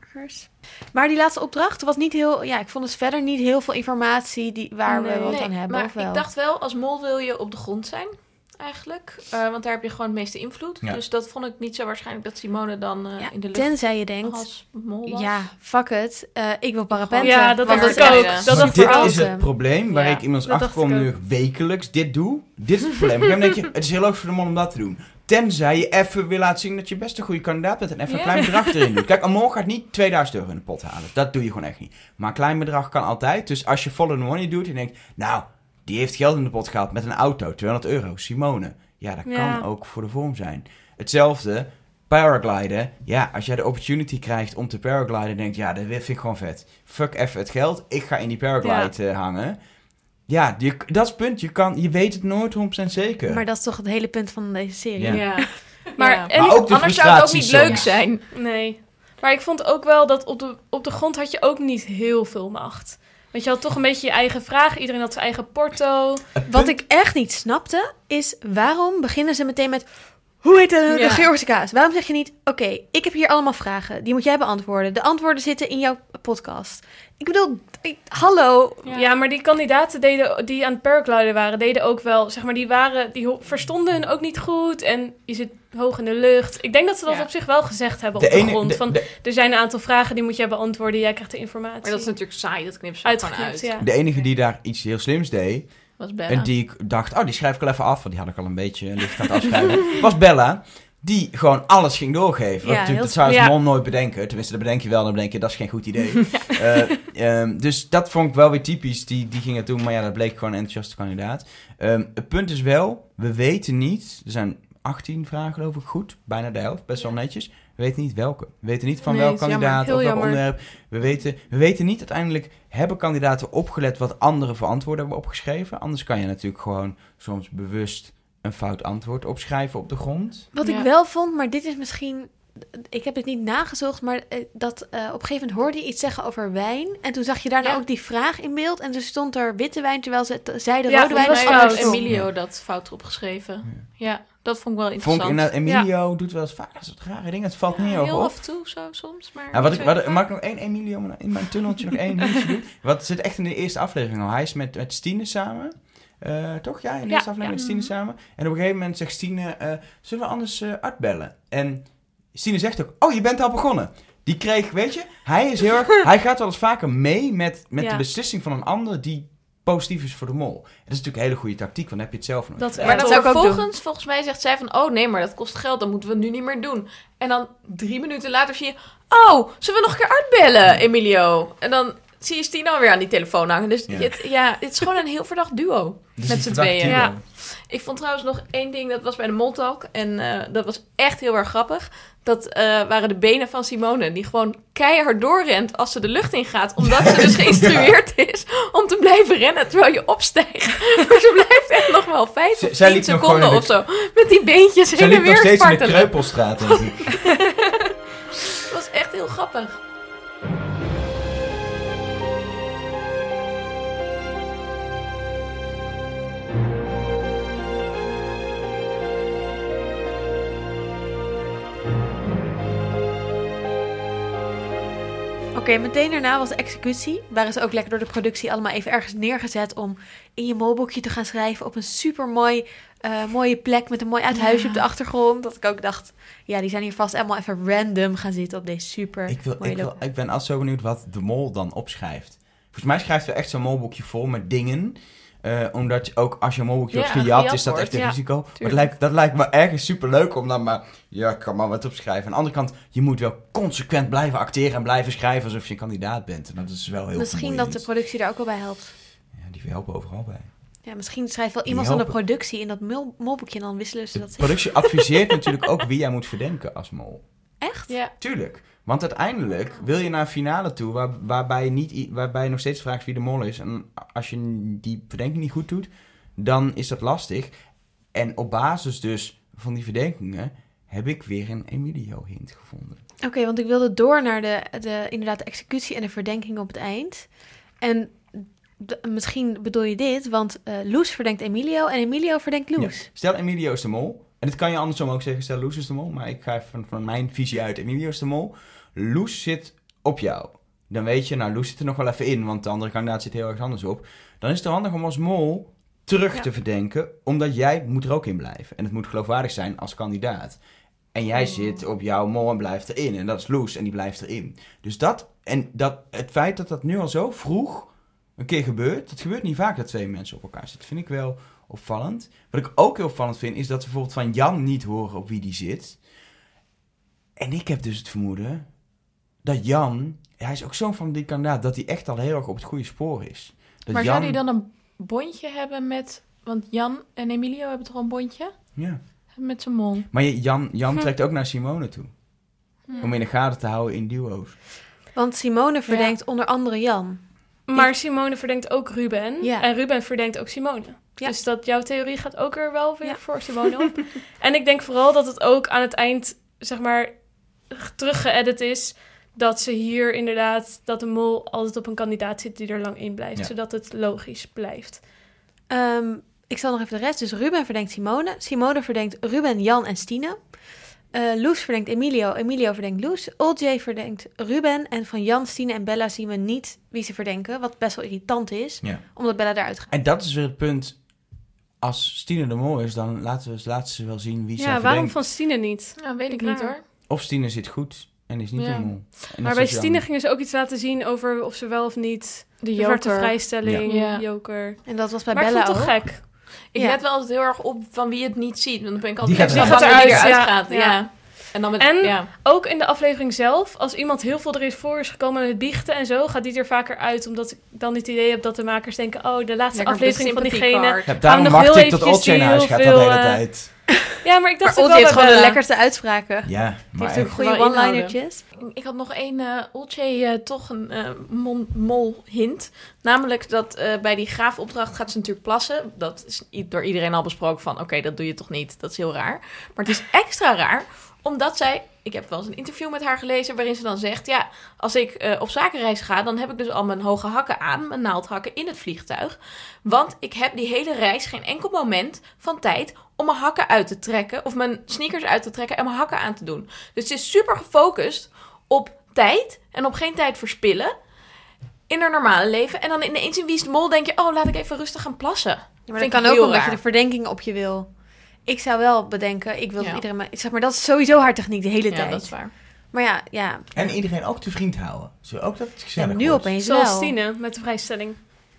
burgers. Maar die laatste opdracht was niet heel... Ja, ik vond dus verder niet heel veel informatie die, waar Nee. we wat Nee, aan hebben. maar Of wel? ik dacht wel, als mol wil je op de grond zijn, eigenlijk. Uh, want daar heb je gewoon het meeste invloed. Ja. Dus dat vond ik niet zo waarschijnlijk dat Simone dan uh, Ja, in de lucht tenzij je denkt... als mol was. Ja, fuck it. Uh, ik wil parapenten. Ja, dat Want dacht dat ik ook. zeiden. Dat Maar dacht dit vooral. is het probleem waar Ja, ik inmiddels dat achter dacht kom ik nu ik wekelijks dit doe. Dit is het probleem. Op een gegeven moment denk je, het is heel leuk voor de man om dat te doen. Tenzij je even wil laten zien dat je best een goede kandidaat bent en even Ja. een klein bedrag erin doet. Kijk, een mol gaat niet tweeduizend euro in de pot halen. Dat doe je gewoon echt niet. Maar een klein bedrag kan altijd. Dus als je follow the money doet en je denkt, nou, die heeft geld in de pot gehaald met een auto, tweehonderd euro, Simone. Ja, dat Ja. kan ook voor de vorm zijn. Hetzelfde, paragliden. Ja, als jij de opportunity krijgt om te paragliden en denkt, ja, dat vind ik gewoon vet. Fuck even het geld, ik ga in die paraglide eh, hangen. Ja, je, dat is het punt. Je, kan, je weet het nooit honderd procent zeker. Maar dat is toch het hele punt van deze serie. Ja. Ja. Maar- Ja. en Maar ik- ook de Anders zou het ook niet frustratie leuk soms. zijn. Nee. Maar ik vond ook wel dat op de, op de grond had je ook niet heel veel macht. Want je had toch een beetje je eigen vraag. Iedereen had zijn eigen porto. Het Wat punt- ik echt niet snapte, is waarom beginnen ze meteen met... Hoe heet de, de Ja. Georgische kaas? Waarom zeg je niet... Oké, ik heb hier allemaal vragen. Die moet jij beantwoorden. De antwoorden zitten in jouw podcast. Ik bedoel, ik- hallo. Ja. Ja. maar die kandidaten deden, die aan het paragliden waren, deden ook wel, zeg maar, die waren, die ho- verstonden hun ook niet goed. En je zit hoog in de lucht. Ik denk dat ze dat Ja. op zich wel gezegd hebben de op de ene, grond. de- Van, de- er zijn een aantal vragen, die moet jij beantwoorden. Jij krijgt de informatie. Maar dat is natuurlijk saai, dat knipt ze er gewoon uitgeknipt, uit. ja. de enige die daar iets heel slims deed, Was Bella. en die ik dacht, oh, die schrijf ik al even af, want die had ik al een beetje licht aan het afschrijven, was Bella. Die gewoon alles ging doorgeven. Wat Ja, natuurlijk, heel dat zou je ja. als mol nooit bedenken. Tenminste, dat bedenk je wel. Dan bedenk je, dat is geen goed idee. Eh, ehm, dus dat vond ik wel weer typisch. Die, die ging het doen. Maar ja, dat bleek gewoon een enthousiaste kandidaat. Ehm, het punt is wel, we weten niet. Er zijn achttien vragen, geloof ik, goed. Bijna de helft. Best wel netjes. We weten niet welke. We weten niet van Nee, welk het is jammer. kandidaat Heel of welk jammer. onderwerp. We weten, we weten niet uiteindelijk, hebben kandidaten opgelet wat anderen voor antwoorden hebben opgeschreven? Anders kan je natuurlijk gewoon soms bewust een fout antwoord opschrijven op de grond. Wat Ja. ik wel vond, maar dit is misschien... Ik heb het niet nagezocht, maar eh, dat eh, op een gegeven moment hoorde je iets zeggen over wijn. En toen zag je daarna Ja. ook die vraag in beeld. En toen stond er witte wijn, terwijl ze t- zeiden Ja, rode wijn. dat was was Volgens mij fout. heeft andersom. Emilio dat fout erop geschreven. Ja, dat vond ik wel Vond ik interessant. inderdaad, Emilio doet wel eens vaak dat soort rare dingen. Het valt Ja, niet heel heel op. af en toe zo soms. Maar Ja, wat niet ik, zo wat, heel mag ik vaak. nog één Emilio in mijn tunneltje nog één dingetje doen? Wat zit echt in de eerste aflevering al. Hij is met, met Stine samen. Eh, toch? Ja, in de Ja, eerste aflevering ja. met Stine samen. En op een gegeven moment zegt Stine, eh, zullen we anders eh Art bellen? En Stine zegt ook, oh, je bent al begonnen. Die kreeg, weet je, hij is heel erg, hij gaat wel eens vaker mee met, met Ja. de beslissing van een ander die positief is voor de mol. En dat is natuurlijk een hele goede tactiek, want dan heb je het zelf nog. Dat- Ja, Maar dat dan zou ik ook vervolgens, volgens mij zegt zij van... Oh nee, maar dat kost geld, dat moeten we nu niet meer doen. En dan drie minuten later zie je... Oh, zullen we nog een keer uitbellen, Emilio? En dan zie je Stine alweer aan die telefoon hangen. Dus Ja. Het, ja, het is gewoon een heel verdacht duo. Dus met die z'n verdachte tweeën. duo. Ja. Ik vond trouwens nog één ding, dat was bij de Moltalk. En eh, dat was echt heel erg grappig. Dat eh, waren de benen van Simone, die gewoon keihard doorrent als ze de lucht in gaat. Omdat ze dus geïnstrueerd is om te blijven rennen terwijl je opstijgt. Maar ze blijft echt nog wel vijf Z- of zij tien liep nog seconden gewoon in of zo. Met die beentjes Zij heen en liep nog weer steeds in de spartelen. Kreupelstraat, denk ik. Dat was echt heel grappig. Oké, meteen daarna was de executie. Waren ze ook lekker door de productie allemaal even ergens neergezet om in je molboekje te gaan schrijven op een super mooi, eh, mooie plek met een mooi uithuisje Ja. op de achtergrond. Dat ik ook dacht, ja, die zijn hier vast allemaal even random gaan zitten op deze super Ik, wil, mooie ik, wil, locatie. ik ben altijd zo benieuwd wat de mol dan opschrijft. Volgens mij schrijft hij echt zo'n molboekje vol met dingen. Eh, omdat je ook als je een molboekje Ja, wordt gejat, gejat is dat wordt, echt een ja, risico. Maar dat tuurlijk. lijkt, dat lijkt me ergens super leuk om dan maar... Ja, ik kan maar wat opschrijven. Aan de andere kant, je moet wel consequent blijven acteren en blijven schrijven alsof je een kandidaat bent. En dat is wel heel Misschien dat de vermoeiend. productie daar ook wel bij helpt. Ja, die helpen overal bij. Ja, misschien schrijft wel Die iemand van de helpen. productie in dat mol- molboekje en dan wisselen ze De dat. productie adviseert natuurlijk ook wie jij moet verdenken als mol. Echt? Ja. Tuurlijk. Want uiteindelijk wil je naar een finale toe waar, waarbij, je niet, i- waarbij je nog steeds vraagt wie de mol is. En als je die verdenking niet goed doet, dan is dat lastig. En op basis dus van die verdenkingen heb ik weer een Emilio-hint gevonden. Oké, want ik wilde door naar de, de, inderdaad de executie en de verdenking op het eind. En d- misschien bedoel je dit, want eh Loes verdenkt Emilio en Emilio verdenkt Loes. Ja. Stel Emilio is de mol. En dit kan je andersom ook zeggen, stel Loes is de mol. Maar ik ga even van, van mijn visie uit, Emilio is de mol. Loes zit op jou. Dan weet je, nou, Loes zit er nog wel even in, want de andere kandidaat zit heel erg anders op. Dan is het handig om als mol terug ja. te verdenken, omdat jij moet er ook in blijven. En het moet geloofwaardig zijn als kandidaat. En jij oh. zit op jouw mol en blijft erin. En dat is Loes en die blijft erin. Dus dat, en dat, het feit dat dat nu al zo vroeg een keer gebeurt, dat gebeurt niet vaak dat twee mensen op elkaar zitten. Dat vind ik wel opvallend. Wat ik ook heel opvallend vind, is dat we bijvoorbeeld van Jan niet horen op wie die zit. En ik heb dus het vermoeden dat Jan, hij is ook zo'n van die kandidaat, dat hij echt al heel erg op het goede spoor is. Dat maar Jan... zou hij dan een bondje hebben met, want Jan en Emilio hebben toch een bondje? Ja. Met zijn mol. Maar Jan, Jan hm. trekt ook naar Simone toe. Hm. Om in de gaten te houden in duo's. Want Simone verdenkt ja. onder andere Jan. Maar Simone verdenkt ook Ruben. Ja. En Ruben verdenkt ook Simone. Ja. Dus dat jouw theorie gaat ook er wel weer ja. voor Simone op. En ik denk vooral dat het ook aan het eind, zeg maar, teruggeëdit is. Dat ze hier inderdaad, dat de mol altijd op een kandidaat zit die er lang in blijft. Ja. Zodat het logisch blijft. Um, ik zal nog even de rest. Dus Ruben verdenkt Simone. Simone verdenkt Ruben, Jan en Stine. Uh, Loes verdenkt Emilio. Emilio verdenkt Loes. Oljay verdenkt Ruben. En van Jan, Stine en Bella zien we niet wie ze verdenken. Wat best wel irritant is. Ja. Omdat Bella eruit gaat. En dat is weer het punt. Als Stine de mol is, dan laten, we, laten ze wel zien wie ja, zij verdenkt. Ja, waarom van Stine niet? Ja, weet ik niet hoor. Of Stine zit goed en is niet ja. de mol. En maar bij Stine dan... gingen ze ook iets laten zien over of ze wel of niet de zwarte vrijstelling, ja. Ja. Joker. En dat was bij maar Bella ik vond ook. het toch gek. Ik ja. let wel altijd heel erg op van wie het niet ziet. Want dan ben ik altijd die extra gaat bang dat die eruit ja. gaat. Ja. Ja. En, dan met, en ja. ook in de aflevering zelf, als iemand heel veel erin voor is gekomen met biechten en zo, gaat die er vaker uit. Omdat ik dan het idee heb dat de makers denken, oh, de laatste Lekker aflevering van diegene. Ja, daarom wacht ik tot Oljay naar huis gaat de hele tijd. Ja, maar ik dacht maar ook wel heeft gewoon de lekkerste uitspraken. Ja, maar heeft ook goede one-linertjes. Ik had nog één uh, Oljay uh, toch een uh, mon- mol hint. Namelijk dat uh, bij die graafopdracht gaat ze natuurlijk plassen. Dat is door iedereen al besproken van, oké, okay, dat doe je toch niet. Dat is heel raar. Maar het is extra raar, omdat zij... Ik heb wel eens een interview met haar gelezen waarin ze dan zegt... ja, als ik uh, op zakenreis ga, dan heb ik dus al mijn hoge hakken aan... mijn naaldhakken in het vliegtuig. Want ik heb die hele reis geen enkel moment van tijd... om mijn hakken uit te trekken... of mijn sneakers uit te trekken en mijn hakken aan te doen. Dus het is super gefocust op tijd... en op geen tijd verspillen... in haar normale leven. En dan ineens in Wie is de Mol denk je... oh, laat ik even rustig gaan plassen. Ja, maar dat kan ook omdat raar. je de verdenking op je wil... Ik zou wel bedenken, ik wil ja. iedereen... Maar, zeg maar, dat is sowieso haar techniek de hele ja, tijd. Ja, dat is waar. Maar ja, ja. En iedereen ook te vriend houden. Zo ook dat het gezellig en nu wordt. opeens Zoals wel. Stine met de vrijstelling.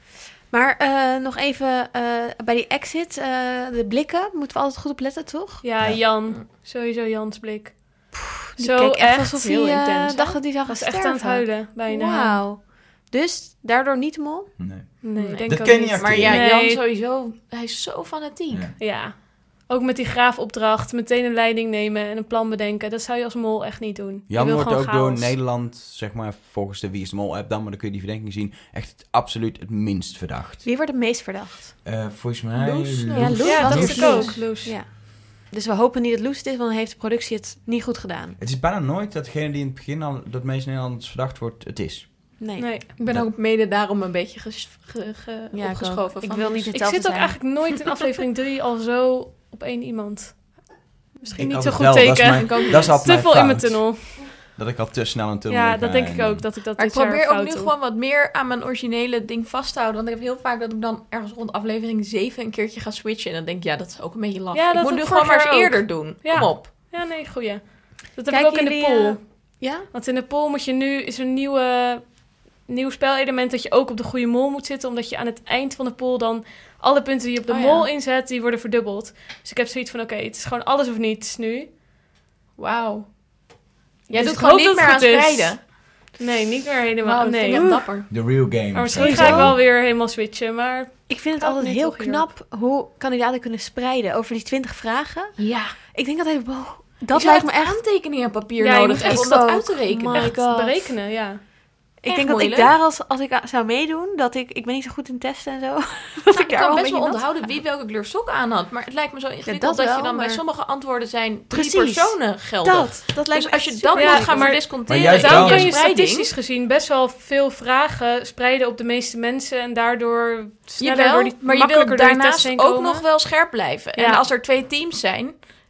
Maar uh, nog even uh, bij die exit, uh, de blikken, moeten we altijd goed op letten, toch? Ja, ja. Jan. Sowieso Jans blik. Pff, Zo echt, echt alsof hij uh, intens, dacht dat hij zou gaan sterven. Was echt aan het huilen, bijna. Wauw. Dus daardoor niet de mol? Nee. Nee, nee. denk dat ook ken je niet. niet. Maar ja, nee. Jan sowieso, hij is zo fanatiek. Ja. ja. Ook met die graafopdracht, meteen een leiding nemen en een plan bedenken. Dat zou je als mol echt niet doen. Jan wordt ook chaos. Door Nederland, zeg maar, volgens de Wie is de Mol app dan, maar dan kun je die verdenking zien, echt absoluut het minst verdacht. Wie wordt het meest verdacht? Uh, volgens mij... Loes. Loes. Ja, Loes. Ja, dat Loes. is ook. Loes. Ja. Dus we hopen niet dat Loes het is, want dan heeft de productie het niet goed gedaan. Het is bijna nooit dat degene die in het begin al dat meest Nederlands verdacht wordt, het is. Nee. nee. Ik ben dat... ook mede daarom een beetje ges- ge- ge- ja, opgeschoven. Ik, van ik wil niet Ik hetzelfde zit ook zijn. eigenlijk nooit in aflevering drie al zo op één iemand. Misschien ik niet zo goed wel, teken. Dat is, mijn, dat is altijd te veel fout. in mijn tunnel. Dat ik al te snel een tunnel Ja, ga dat denk ik en... ook. Dat ik dat maar ik dit jaar probeer ook fout nu doe. gewoon wat meer aan mijn originele ding vasthouden. Want ik heb heel vaak dat ik dan ergens rond aflevering zeven een keertje ga switchen. En dan denk ik, ja, dat is ook een beetje lastig. Ja, dat ik moet heb nu gewoon maar eens vorig jaar eerder doen. Ja. Kom op. Ja, nee, goeie. Dat heb Kijk ik ook in de jullie, poll. uh, ja? Want in de poll moet je nu... Is er een nieuwe, nieuw spelelement dat je ook op de goede mol moet zitten. Omdat je aan het eind van de poll dan... Alle punten die je op de oh, mol ja. inzet, die worden verdubbeld. Dus ik heb zoiets van, oké, okay, het is gewoon alles of niets nu. Wauw. Jij Dus doet ik gewoon hoop niet dat meer het aan goed is. spreiden. Nee, niet meer helemaal. Wow, nee. vind ik echt dapper. The real game. Maar misschien Sowieso. ga ik wel weer helemaal switchen, maar... Ik vind het Gaat altijd niet heel toch hierop. knap hoe kandidaten kunnen spreiden over die twintig vragen. Ja. Ik denk altijd, wow, Dat dat je lijkt echt me echt... aantekeningen op papier Ja, je nodig moet hebt om echt dat ook. uit te rekenen. My Echt. God. berekenen, ja. Ik Echt denk dat moeilijk. ik daar als, als ik zou meedoen, dat ik... Ik ben niet zo goed in testen en zo. dat Nou, ik ik daar kan wel een best wel beetje onthouden nat wie welke kleur sok aan had. Maar het lijkt me zo ingewikkeld dat dat, wel, je dan bij maar- sommige antwoorden zijn drie Precies. personen geldig. Dat, dat lijkt Dus me als je echt dat super moet Ja, gaan ingewikkeld. maar- verdisconteren... maar juist Daarom dan- kan je spreiding, statistisch gezien best wel veel vragen spreiden op de meeste mensen. En daardoor sneller Jawel, door die maar je wilt makkelijker door die daarnaast tests heen ook komen. nog wel scherp blijven. En Ja. als er twee teams zijn... En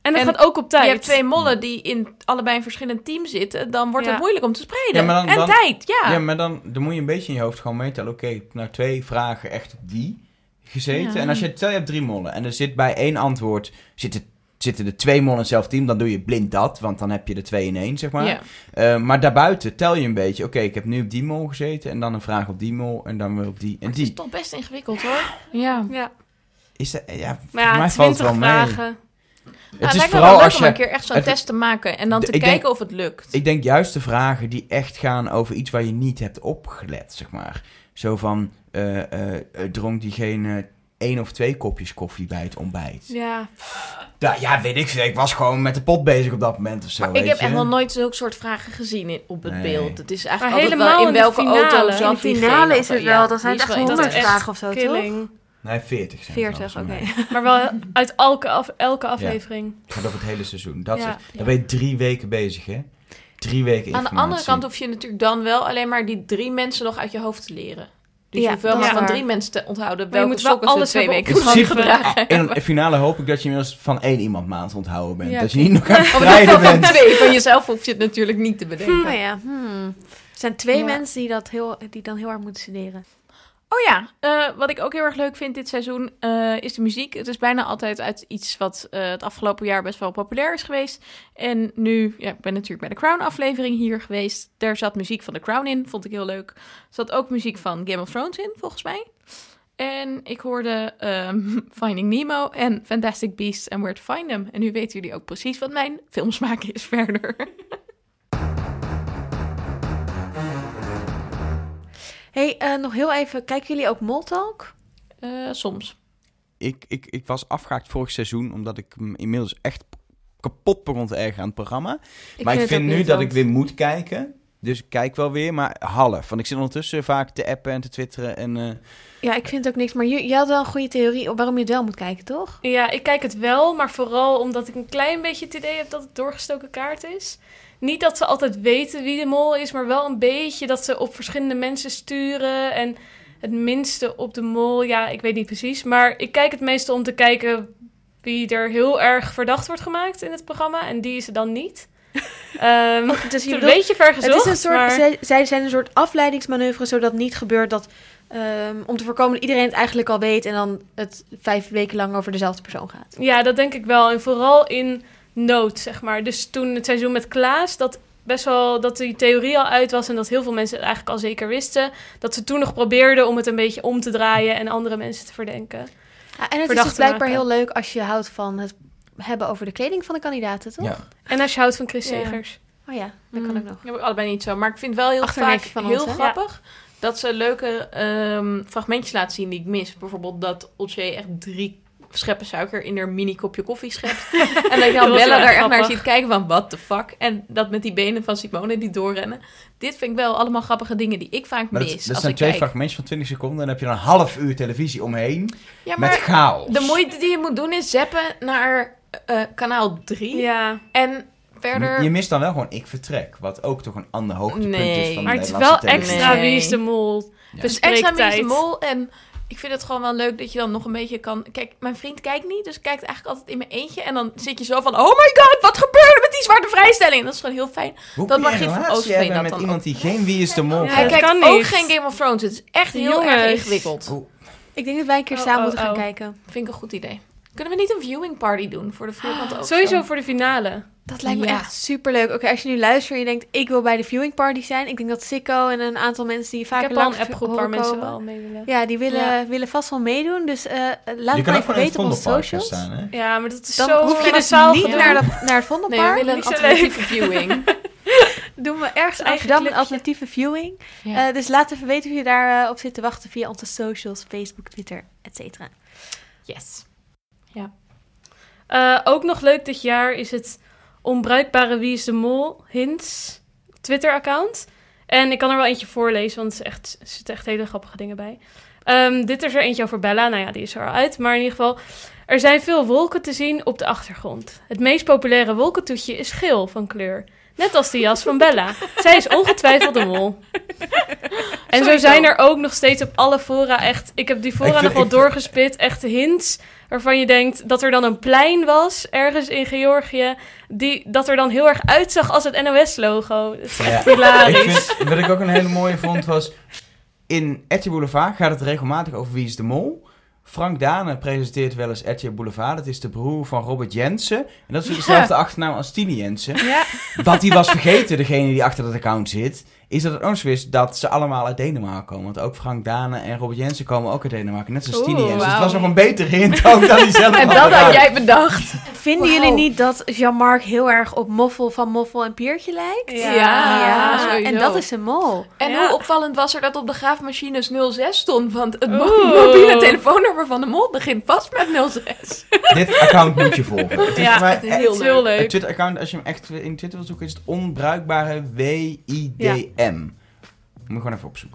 En dat En gaat ook op tijd. Je hebt twee mollen die in allebei een verschillend team zitten. Dan wordt Ja. het moeilijk om te spreiden. Ja, maar dan- en dan- tijd, ja. Ja, maar dan, dan moet je een beetje in je hoofd gewoon meetellen. Oké, ik heb nou twee vragen echt op die gezeten. Ja. En als je, stel je hebt drie mollen en er zit bij één antwoord zitten, zitten er twee mollen in hetzelfde team, dan doe je blind dat, want dan heb je er twee in één, zeg maar. Ja. Uh, maar daarbuiten tel je een beetje. Oké, ik heb nu op die mol gezeten en dan een vraag op die mol en dan weer op die en Het is die. toch best ingewikkeld, hoor. Ja. Ja, Is dat, ja, voor maar ja, mij valt het twintig wel mee. vragen. Nou, Het het is lijkt me vooral wel leuk als om een je... keer echt zo'n het- test te maken. En dan D- te ik kijken denk- of het lukt. Ik denk juist de vragen die echt gaan over iets waar je niet hebt opgelet, zeg maar. Zo van, uh, uh, uh, dronk diegene één of twee kopjes koffie bij het ontbijt? Ja, Ja, ja, weet ik veel. Ik was gewoon met de pot bezig op dat moment of zo, Maar weet ik heb je. echt nog nooit zulke soort vragen gezien in, op het Nee. beeld. Het is eigenlijk Maar altijd helemaal wel in in de welke finale. auto In de zat In de diegene finale of is zo. het Ja, wel, dat zijn die echt is wel honderd interessant. vragen of zo, toch? killing. Nee, veertig zijn veertig, zelfs oké. voor mij. Maar wel uit elke, af, elke aflevering. Het gaat over het hele seizoen. Dat Ja. is, dan ben je drie weken bezig, hè? Drie weken Aan de informatie. andere kant hoef je natuurlijk dan wel alleen maar die drie mensen nog uit je hoofd te leren. Dus Ja, je hoeft wel dat maar is van waar. drie mensen te onthouden Maar je welke moet wel sokken ze alles twee hebben weken lang opgeschreven. gedragen In hebben. een finale hoop ik dat je inmiddels van één iemand maand onthouden bent. Ja, dat je niet nog aan het Of in ieder strijden geval van bent. twee. Van jezelf hoef je het natuurlijk niet te bedenken. Nou ja, hmm. Er zijn twee Ja. mensen die, dat heel, die dan heel hard moeten studeren. Oh ja, eh, wat ik ook heel erg leuk vind dit seizoen eh, is de muziek. Het is bijna altijd uit iets wat eh, het afgelopen jaar best wel populair is geweest. En nu, ja, ik ben natuurlijk bij de Crown aflevering hier geweest. Daar zat muziek van The Crown in, vond ik heel leuk. Er zat ook muziek van Game of Thrones in, volgens mij. En ik hoorde ehm, Finding Nemo en Fantastic Beasts and Where to Find Them. En nu weten jullie ook precies wat mijn filmsmaak is verder. hey, uh, nog heel even, kijken jullie ook Moltalk? Uh, soms. Ik, ik, ik was afgehaakt vorig seizoen, omdat ik me inmiddels echt kapot begon te ergeren aan het programma. Ik maar ik het vind ook nu niet, dat want- ik weer moet kijken. Dus ik kijk wel weer, maar half. Want ik zit ondertussen vaak te appen en te twitteren. En, uh... Ja, ik vind het ook niks. Maar je, je had wel een goede theorie op waarom je het wel moet kijken, toch? Ja, ik kijk het wel, maar vooral omdat ik een klein beetje het idee heb dat het doorgestoken kaart is. Niet dat ze altijd weten wie de mol is, maar wel een beetje dat ze op verschillende mensen sturen. En het minste op de mol, ja, ik weet niet precies. Maar ik kijk het meestal om te kijken wie er heel erg verdacht wordt gemaakt in het programma. En die is er dan niet. Um, dus het is je een bedoelt- beetje ver gezocht, Het is een soort, maar... zij, zij zijn een soort afleidingsmanoeuvre, zodat het niet gebeurt dat... Um, om te voorkomen dat iedereen het eigenlijk al weet... en dan het vijf weken lang over dezelfde persoon gaat. Ja, dat denk ik wel. En vooral in nood, zeg maar. Dus toen het seizoen met Klaas, dat best wel dat die theorie al uit was... en dat heel veel mensen het eigenlijk al zeker wisten... dat ze toen nog probeerden om het een beetje om te draaien... en andere mensen te verdenken. Ja, en het is Verdacht dus te blijkbaar maken. heel leuk als je houdt van het hebben over de kleding van de kandidaten, toch? Ja. En als je houdt van Chris Ja. Segers. Oh ja, dat kan Mm, ook nog. heb ik allebei niet zo. Maar ik vind wel heel Achterneefje vaak van heel ons, hè? grappig... dat ze leuke ehm, fragmentjes laten zien die ik mis. Bijvoorbeeld dat Olcay echt drie scheppen suiker in haar mini kopje koffie schept. En dat je dan Dat was Bella wel daar echt naar grappig. ziet kijken van what the fuck. En dat met die benen van Simone die doorrennen. Dit vind ik wel allemaal grappige dingen die ik vaak Maar mis dat, dat als zijn ik twee kijk. fragmentjes van twintig seconden. En dan heb je er een half uur televisie omheen. Ja, Met maar chaos. de moeite die je moet doen is zappen naar eh, kanaal drie. Ja, En verder... Je mist dan wel gewoon Ik Vertrek. Wat ook toch een ander hoogtepunt Nee. is van maar de het is Nederlandse wel televisie. extra Nee. Wie is de Mol. Ja. Dus extra Wie is de bespreektijd. Mol. En ik vind het gewoon wel leuk dat je dan nog een beetje kan... Kijk, mijn vriend kijkt niet, dus kijkt eigenlijk altijd in mijn eentje. En dan zit je zo van... Oh my god, wat gebeurde met die zwarte vrijstelling? Dat is gewoon heel fijn. Hoe dat kun je Margriet een van relatie Oostveen hebben dat met dan iemand ook- die geen Wie is de Mol Ja, Hij dat kijkt kan ook niet. geen Game of Thrones. Het is echt heel Jongens. erg ingewikkeld. Oh, Ik denk dat wij een keer Oh, samen oh, moeten gaan oh. kijken. Vind ik een goed idee. Kunnen we niet een viewing party doen voor de vierkante ook? Sowieso voor de finale. Dat lijkt me Ja. echt superleuk. Oké, als je nu luistert en je denkt, ik wil bij de viewing party zijn. Ik denk dat Sikko en een aantal mensen die Ik vaker heb al een langs appgroep horen waar mensen komen. wel mee willen. Ja, die willen, Ja. willen vast wel meedoen. Dus uh, laat je het kan maar ook even gewoon in het weten op onze Vondelpark gaan socials. staan, hè? Ja, maar dat is Dan zo hoef je dus massaal niet gedoe. naar, de, naar het Nee, Vondelpark. we willen een Niet zo alternatieve viewing. Doen we ergens in Eigen Amsterdam een clipje. alternatieve viewing. Ja. Uh, dus laat even weten of je daar uh, op zit te wachten via onze socials. Facebook, Twitter, et cetera. Yes. Uh, ook nog leuk dit jaar is het onbruikbare Wie is de Mol hints Twitter-account. En ik kan er wel eentje voorlezen, want er, is echt, er zitten echt hele grappige dingen bij. Um, dit is er eentje over Bella. Nou ja, die is er al uit. Maar in ieder geval, er zijn veel wolken te zien op de achtergrond. Het meest populaire wolkentoetje is geel van kleur. Net als de jas van Bella. Zij is ongetwijfeld de mol. En Sowieso. zo zijn er ook nog steeds op alle fora echt... Ik heb die fora Ik vind- nog wel ik vind- doorgespit. Echt hints waarvan je denkt dat er dan een plein was... ergens in Georgië... Die, dat er dan heel erg uitzag als het N O S-logo. Het is echt Ja. hilarisch. Ik vind, wat ik ook een hele mooie vond was... In R T L Boulevard gaat het regelmatig over Wie is de Mol. Frank Dane presenteert wel eens R T L Boulevard. Dat is de broer van Robert Jensen. En dat is dezelfde achternaam als Tini Jensen. Ja. Wat hij was vergeten, degene die achter dat account zit... is dat het ook zo is dat ze allemaal uit Denemarken komen. Want ook Frank Dane en Robert Jensen komen ook uit Denemarken. Net zoals Oeh, Tini Jensen. Dus het wauw. was nog een betere hint ook dan die zelf En had dat had bedacht. jij bedacht. Vinden Wauw. jullie niet dat Jean-Marc heel erg op Moffel van Moffel en Piertje lijkt? Ja, Ja, sowieso. en dat is een mol. En Ja. hoe opvallend was er dat op de graafmachines nul zes stond? Want het mo- Oeh. mobiele telefoonnummer van de mol begint pas met nul zes. Dit account moet je volgen. Het is Ja, voor mij het is echt- heel Het is heel Het leuk. Twitter-account, als je hem echt in Twitter wil zoeken, is het onbruikbare W I D M. Moet je gewoon even opzoeken.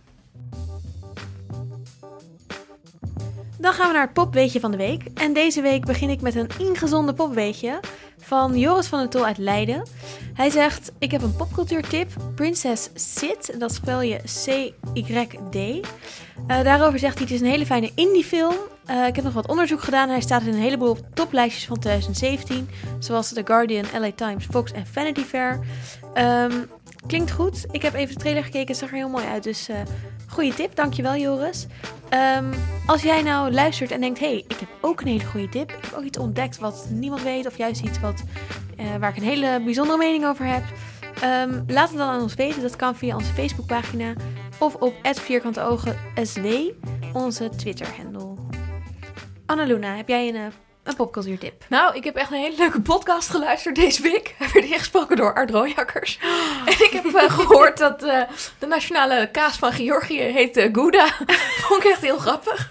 Dan gaan we naar het popweetje van de week. En deze week begin ik met een ingezonden popweetje van Joris van der Tol uit Leiden. Hij zegt, ik heb een popcultuurtip. Princess Sid, dat spel je C Y D. Uh, daarover zegt hij, het is een hele fijne indiefilm. Uh, ik heb nog wat onderzoek gedaan. Hij staat in een heleboel toplijstjes van twintig zeventien. Zoals The Guardian, L A Times, Fox en Vanity Fair. Um, klinkt goed. Ik heb even de trailer gekeken. Het zag er heel mooi uit. Dus uh, goede tip. Dankjewel Joris. Um, als jij nou luistert en denkt, hé, hey, ik heb ook een hele goede tip. Ik heb ook iets ontdekt wat niemand weet. Of juist iets wat, uh, waar ik een hele bijzondere mening over heb. Um, laat het dan aan ons weten. Dat kan via onze Facebookpagina. Of op at vierkante ogen S W, onze Twitter-handle. Annaluna, heb jij een, uh, een popcultuurtip? Nou, ik heb echt een hele leuke podcast geluisterd deze week. Hij werd ingesproken door Art Rooijakkers. En ik heb uh, gehoord dat uh, de nationale kaas van Georgië heet uh, Gouda. Vond ik echt heel grappig.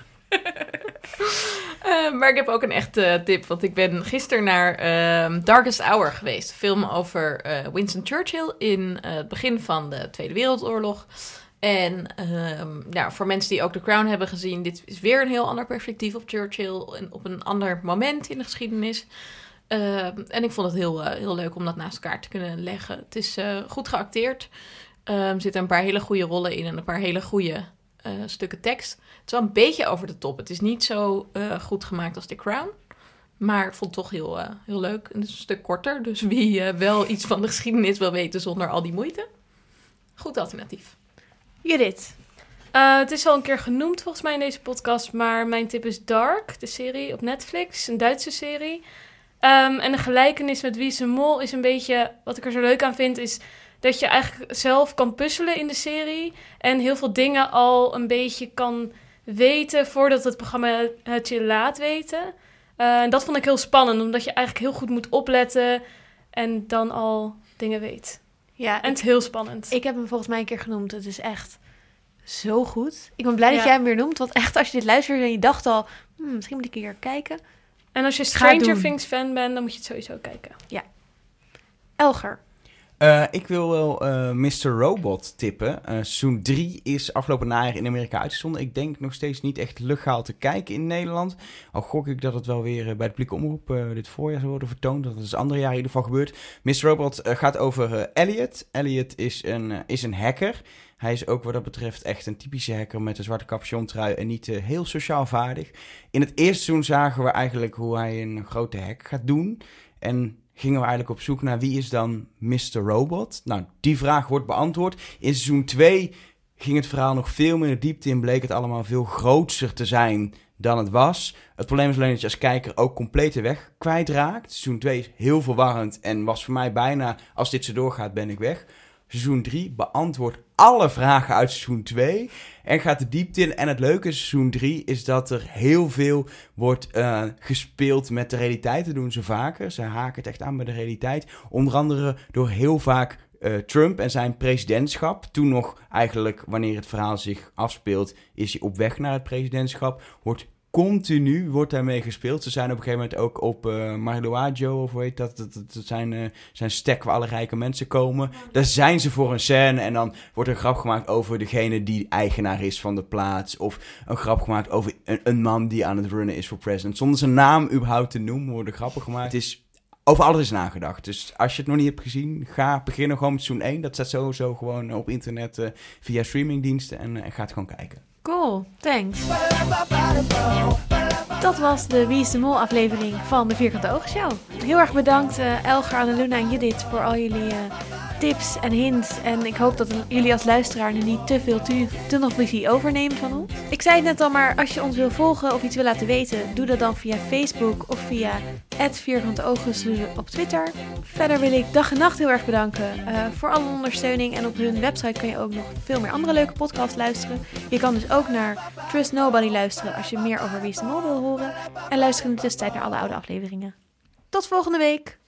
Uh, maar ik heb ook een echte tip, want ik ben gisteren naar uh, Darkest Hour geweest. Een film over uh, Winston Churchill in uh, het begin van de Tweede Wereldoorlog. En um, ja, voor mensen die ook The Crown hebben gezien, dit is weer een heel ander perspectief op Churchill en op een ander moment in de geschiedenis. Uh, en ik vond het heel, uh, heel leuk om dat naast elkaar te kunnen leggen. Het is uh, goed geacteerd. Uh, er zitten een paar hele goede rollen in en een paar hele goede uh, stukken tekst. Het is wel een beetje over de top. Het is niet zo uh, goed gemaakt als The Crown. Maar ik vond het toch heel, uh, heel leuk. En het is een stuk korter. Dus wie uh, wel iets van de geschiedenis wil weten zonder al die moeite. Goed alternatief. Judith. Uh, het is al een keer genoemd volgens mij in deze podcast, maar mijn tip is Dark, de serie op Netflix, een Duitse serie. Um, en de gelijkenis met Wie is de Mol is een beetje, wat ik er zo leuk aan vind, is dat je eigenlijk zelf kan puzzelen in de serie en heel veel dingen al een beetje kan weten voordat het programma het je laat weten. Uh, en dat vond ik heel spannend, omdat je eigenlijk heel goed moet opletten en dan al dingen weet. Ja, En het is heel spannend. ik heb hem volgens mij een keer genoemd. Het is echt zo goed. Ik ben blij dat Ja. jij hem weer noemt. Want echt, als je dit luistert en je dacht al, hmm, misschien moet ik een keer kijken. En als je Ga Stranger doen. Things fan bent, dan moet je het sowieso kijken. Elger. Uh, ik wil wel uh, mister Robot tippen. Uh, seizoen drie is afgelopen najaar in Amerika uitgezonden. Ik denk nog steeds niet echt legaal te kijken in Nederland. Al gok ik dat het wel weer uh, bij de publieke omroep uh, dit voorjaar zal worden vertoond. Dat is andere jaar in ieder geval gebeurd. mister Robot uh, gaat over uh, Elliot. Elliot is een, uh, is een hacker. Hij is ook wat dat betreft echt een typische hacker met een zwarte capuchontrui en niet uh, heel sociaal vaardig. In het eerste seizoen zagen we eigenlijk hoe hij een grote hack gaat doen. En gingen we eigenlijk op zoek naar wie is dan mister Robot? Nou, die vraag wordt beantwoord. In seizoen twee ging het verhaal nog veel meer de diepte in. Bleek het allemaal veel grootser te zijn dan het was. Het probleem is alleen dat je als kijker ook compleet de weg kwijtraakt. Seizoen twee is heel verwarrend en was voor mij bijna, als dit zo doorgaat, ben ik weg. Seizoen drie beantwoordt alle vragen uit seizoen twee en gaat de diepte in. En het leuke is seizoen drie is dat er heel veel wordt uh, gespeeld met de realiteit. Dat doen ze vaker. Ze haken het echt aan bij de realiteit. Onder andere door heel vaak uh, Trump en zijn presidentschap. Toen nog eigenlijk, wanneer het verhaal zich afspeelt, is hij op weg naar het presidentschap. Wordt continu wordt daarmee gespeeld. Ze zijn op een gegeven moment ook op uh, Mar-a-Lago, of hoe heet dat? Dat, dat, dat zijn, uh, zijn stek waar alle rijke mensen komen. Daar zijn ze voor een scène en dan wordt er een grap gemaakt over degene die eigenaar is van de plaats. Of een grap gemaakt over een, een man die aan het runnen is voor president. Zonder zijn naam überhaupt te noemen worden grappen gemaakt. Het is over alles is nagedacht. Dus als je het nog niet hebt gezien, ga beginnen gewoon met seizoen één. Dat staat sowieso gewoon op internet uh, via streamingdiensten en uh, ga het gewoon kijken. Cool, thanks. Dat was de Wie is de Mol aflevering van de Vierkante Ogen Show. Heel erg bedankt uh, Elger, Annaluna en Judith voor al jullie uh, tips en hints. En ik hoop dat jullie als luisteraar nu niet te veel tu- tunnelvisie overnemen van ons. Ik zei het net al, maar als je ons wil volgen of iets wil laten weten, doe dat dan via Facebook of via at Vierkante Ogen op Twitter. Verder wil ik Dag en Nacht heel erg bedanken uh, voor alle ondersteuning. En op hun website kan je ook nog veel meer andere leuke podcasts luisteren. Je kan dus ook naar Trust Nobody luisteren als je meer over Wie is de Mol wil horen. En luister in de tussentijd naar alle oude afleveringen. Tot volgende week!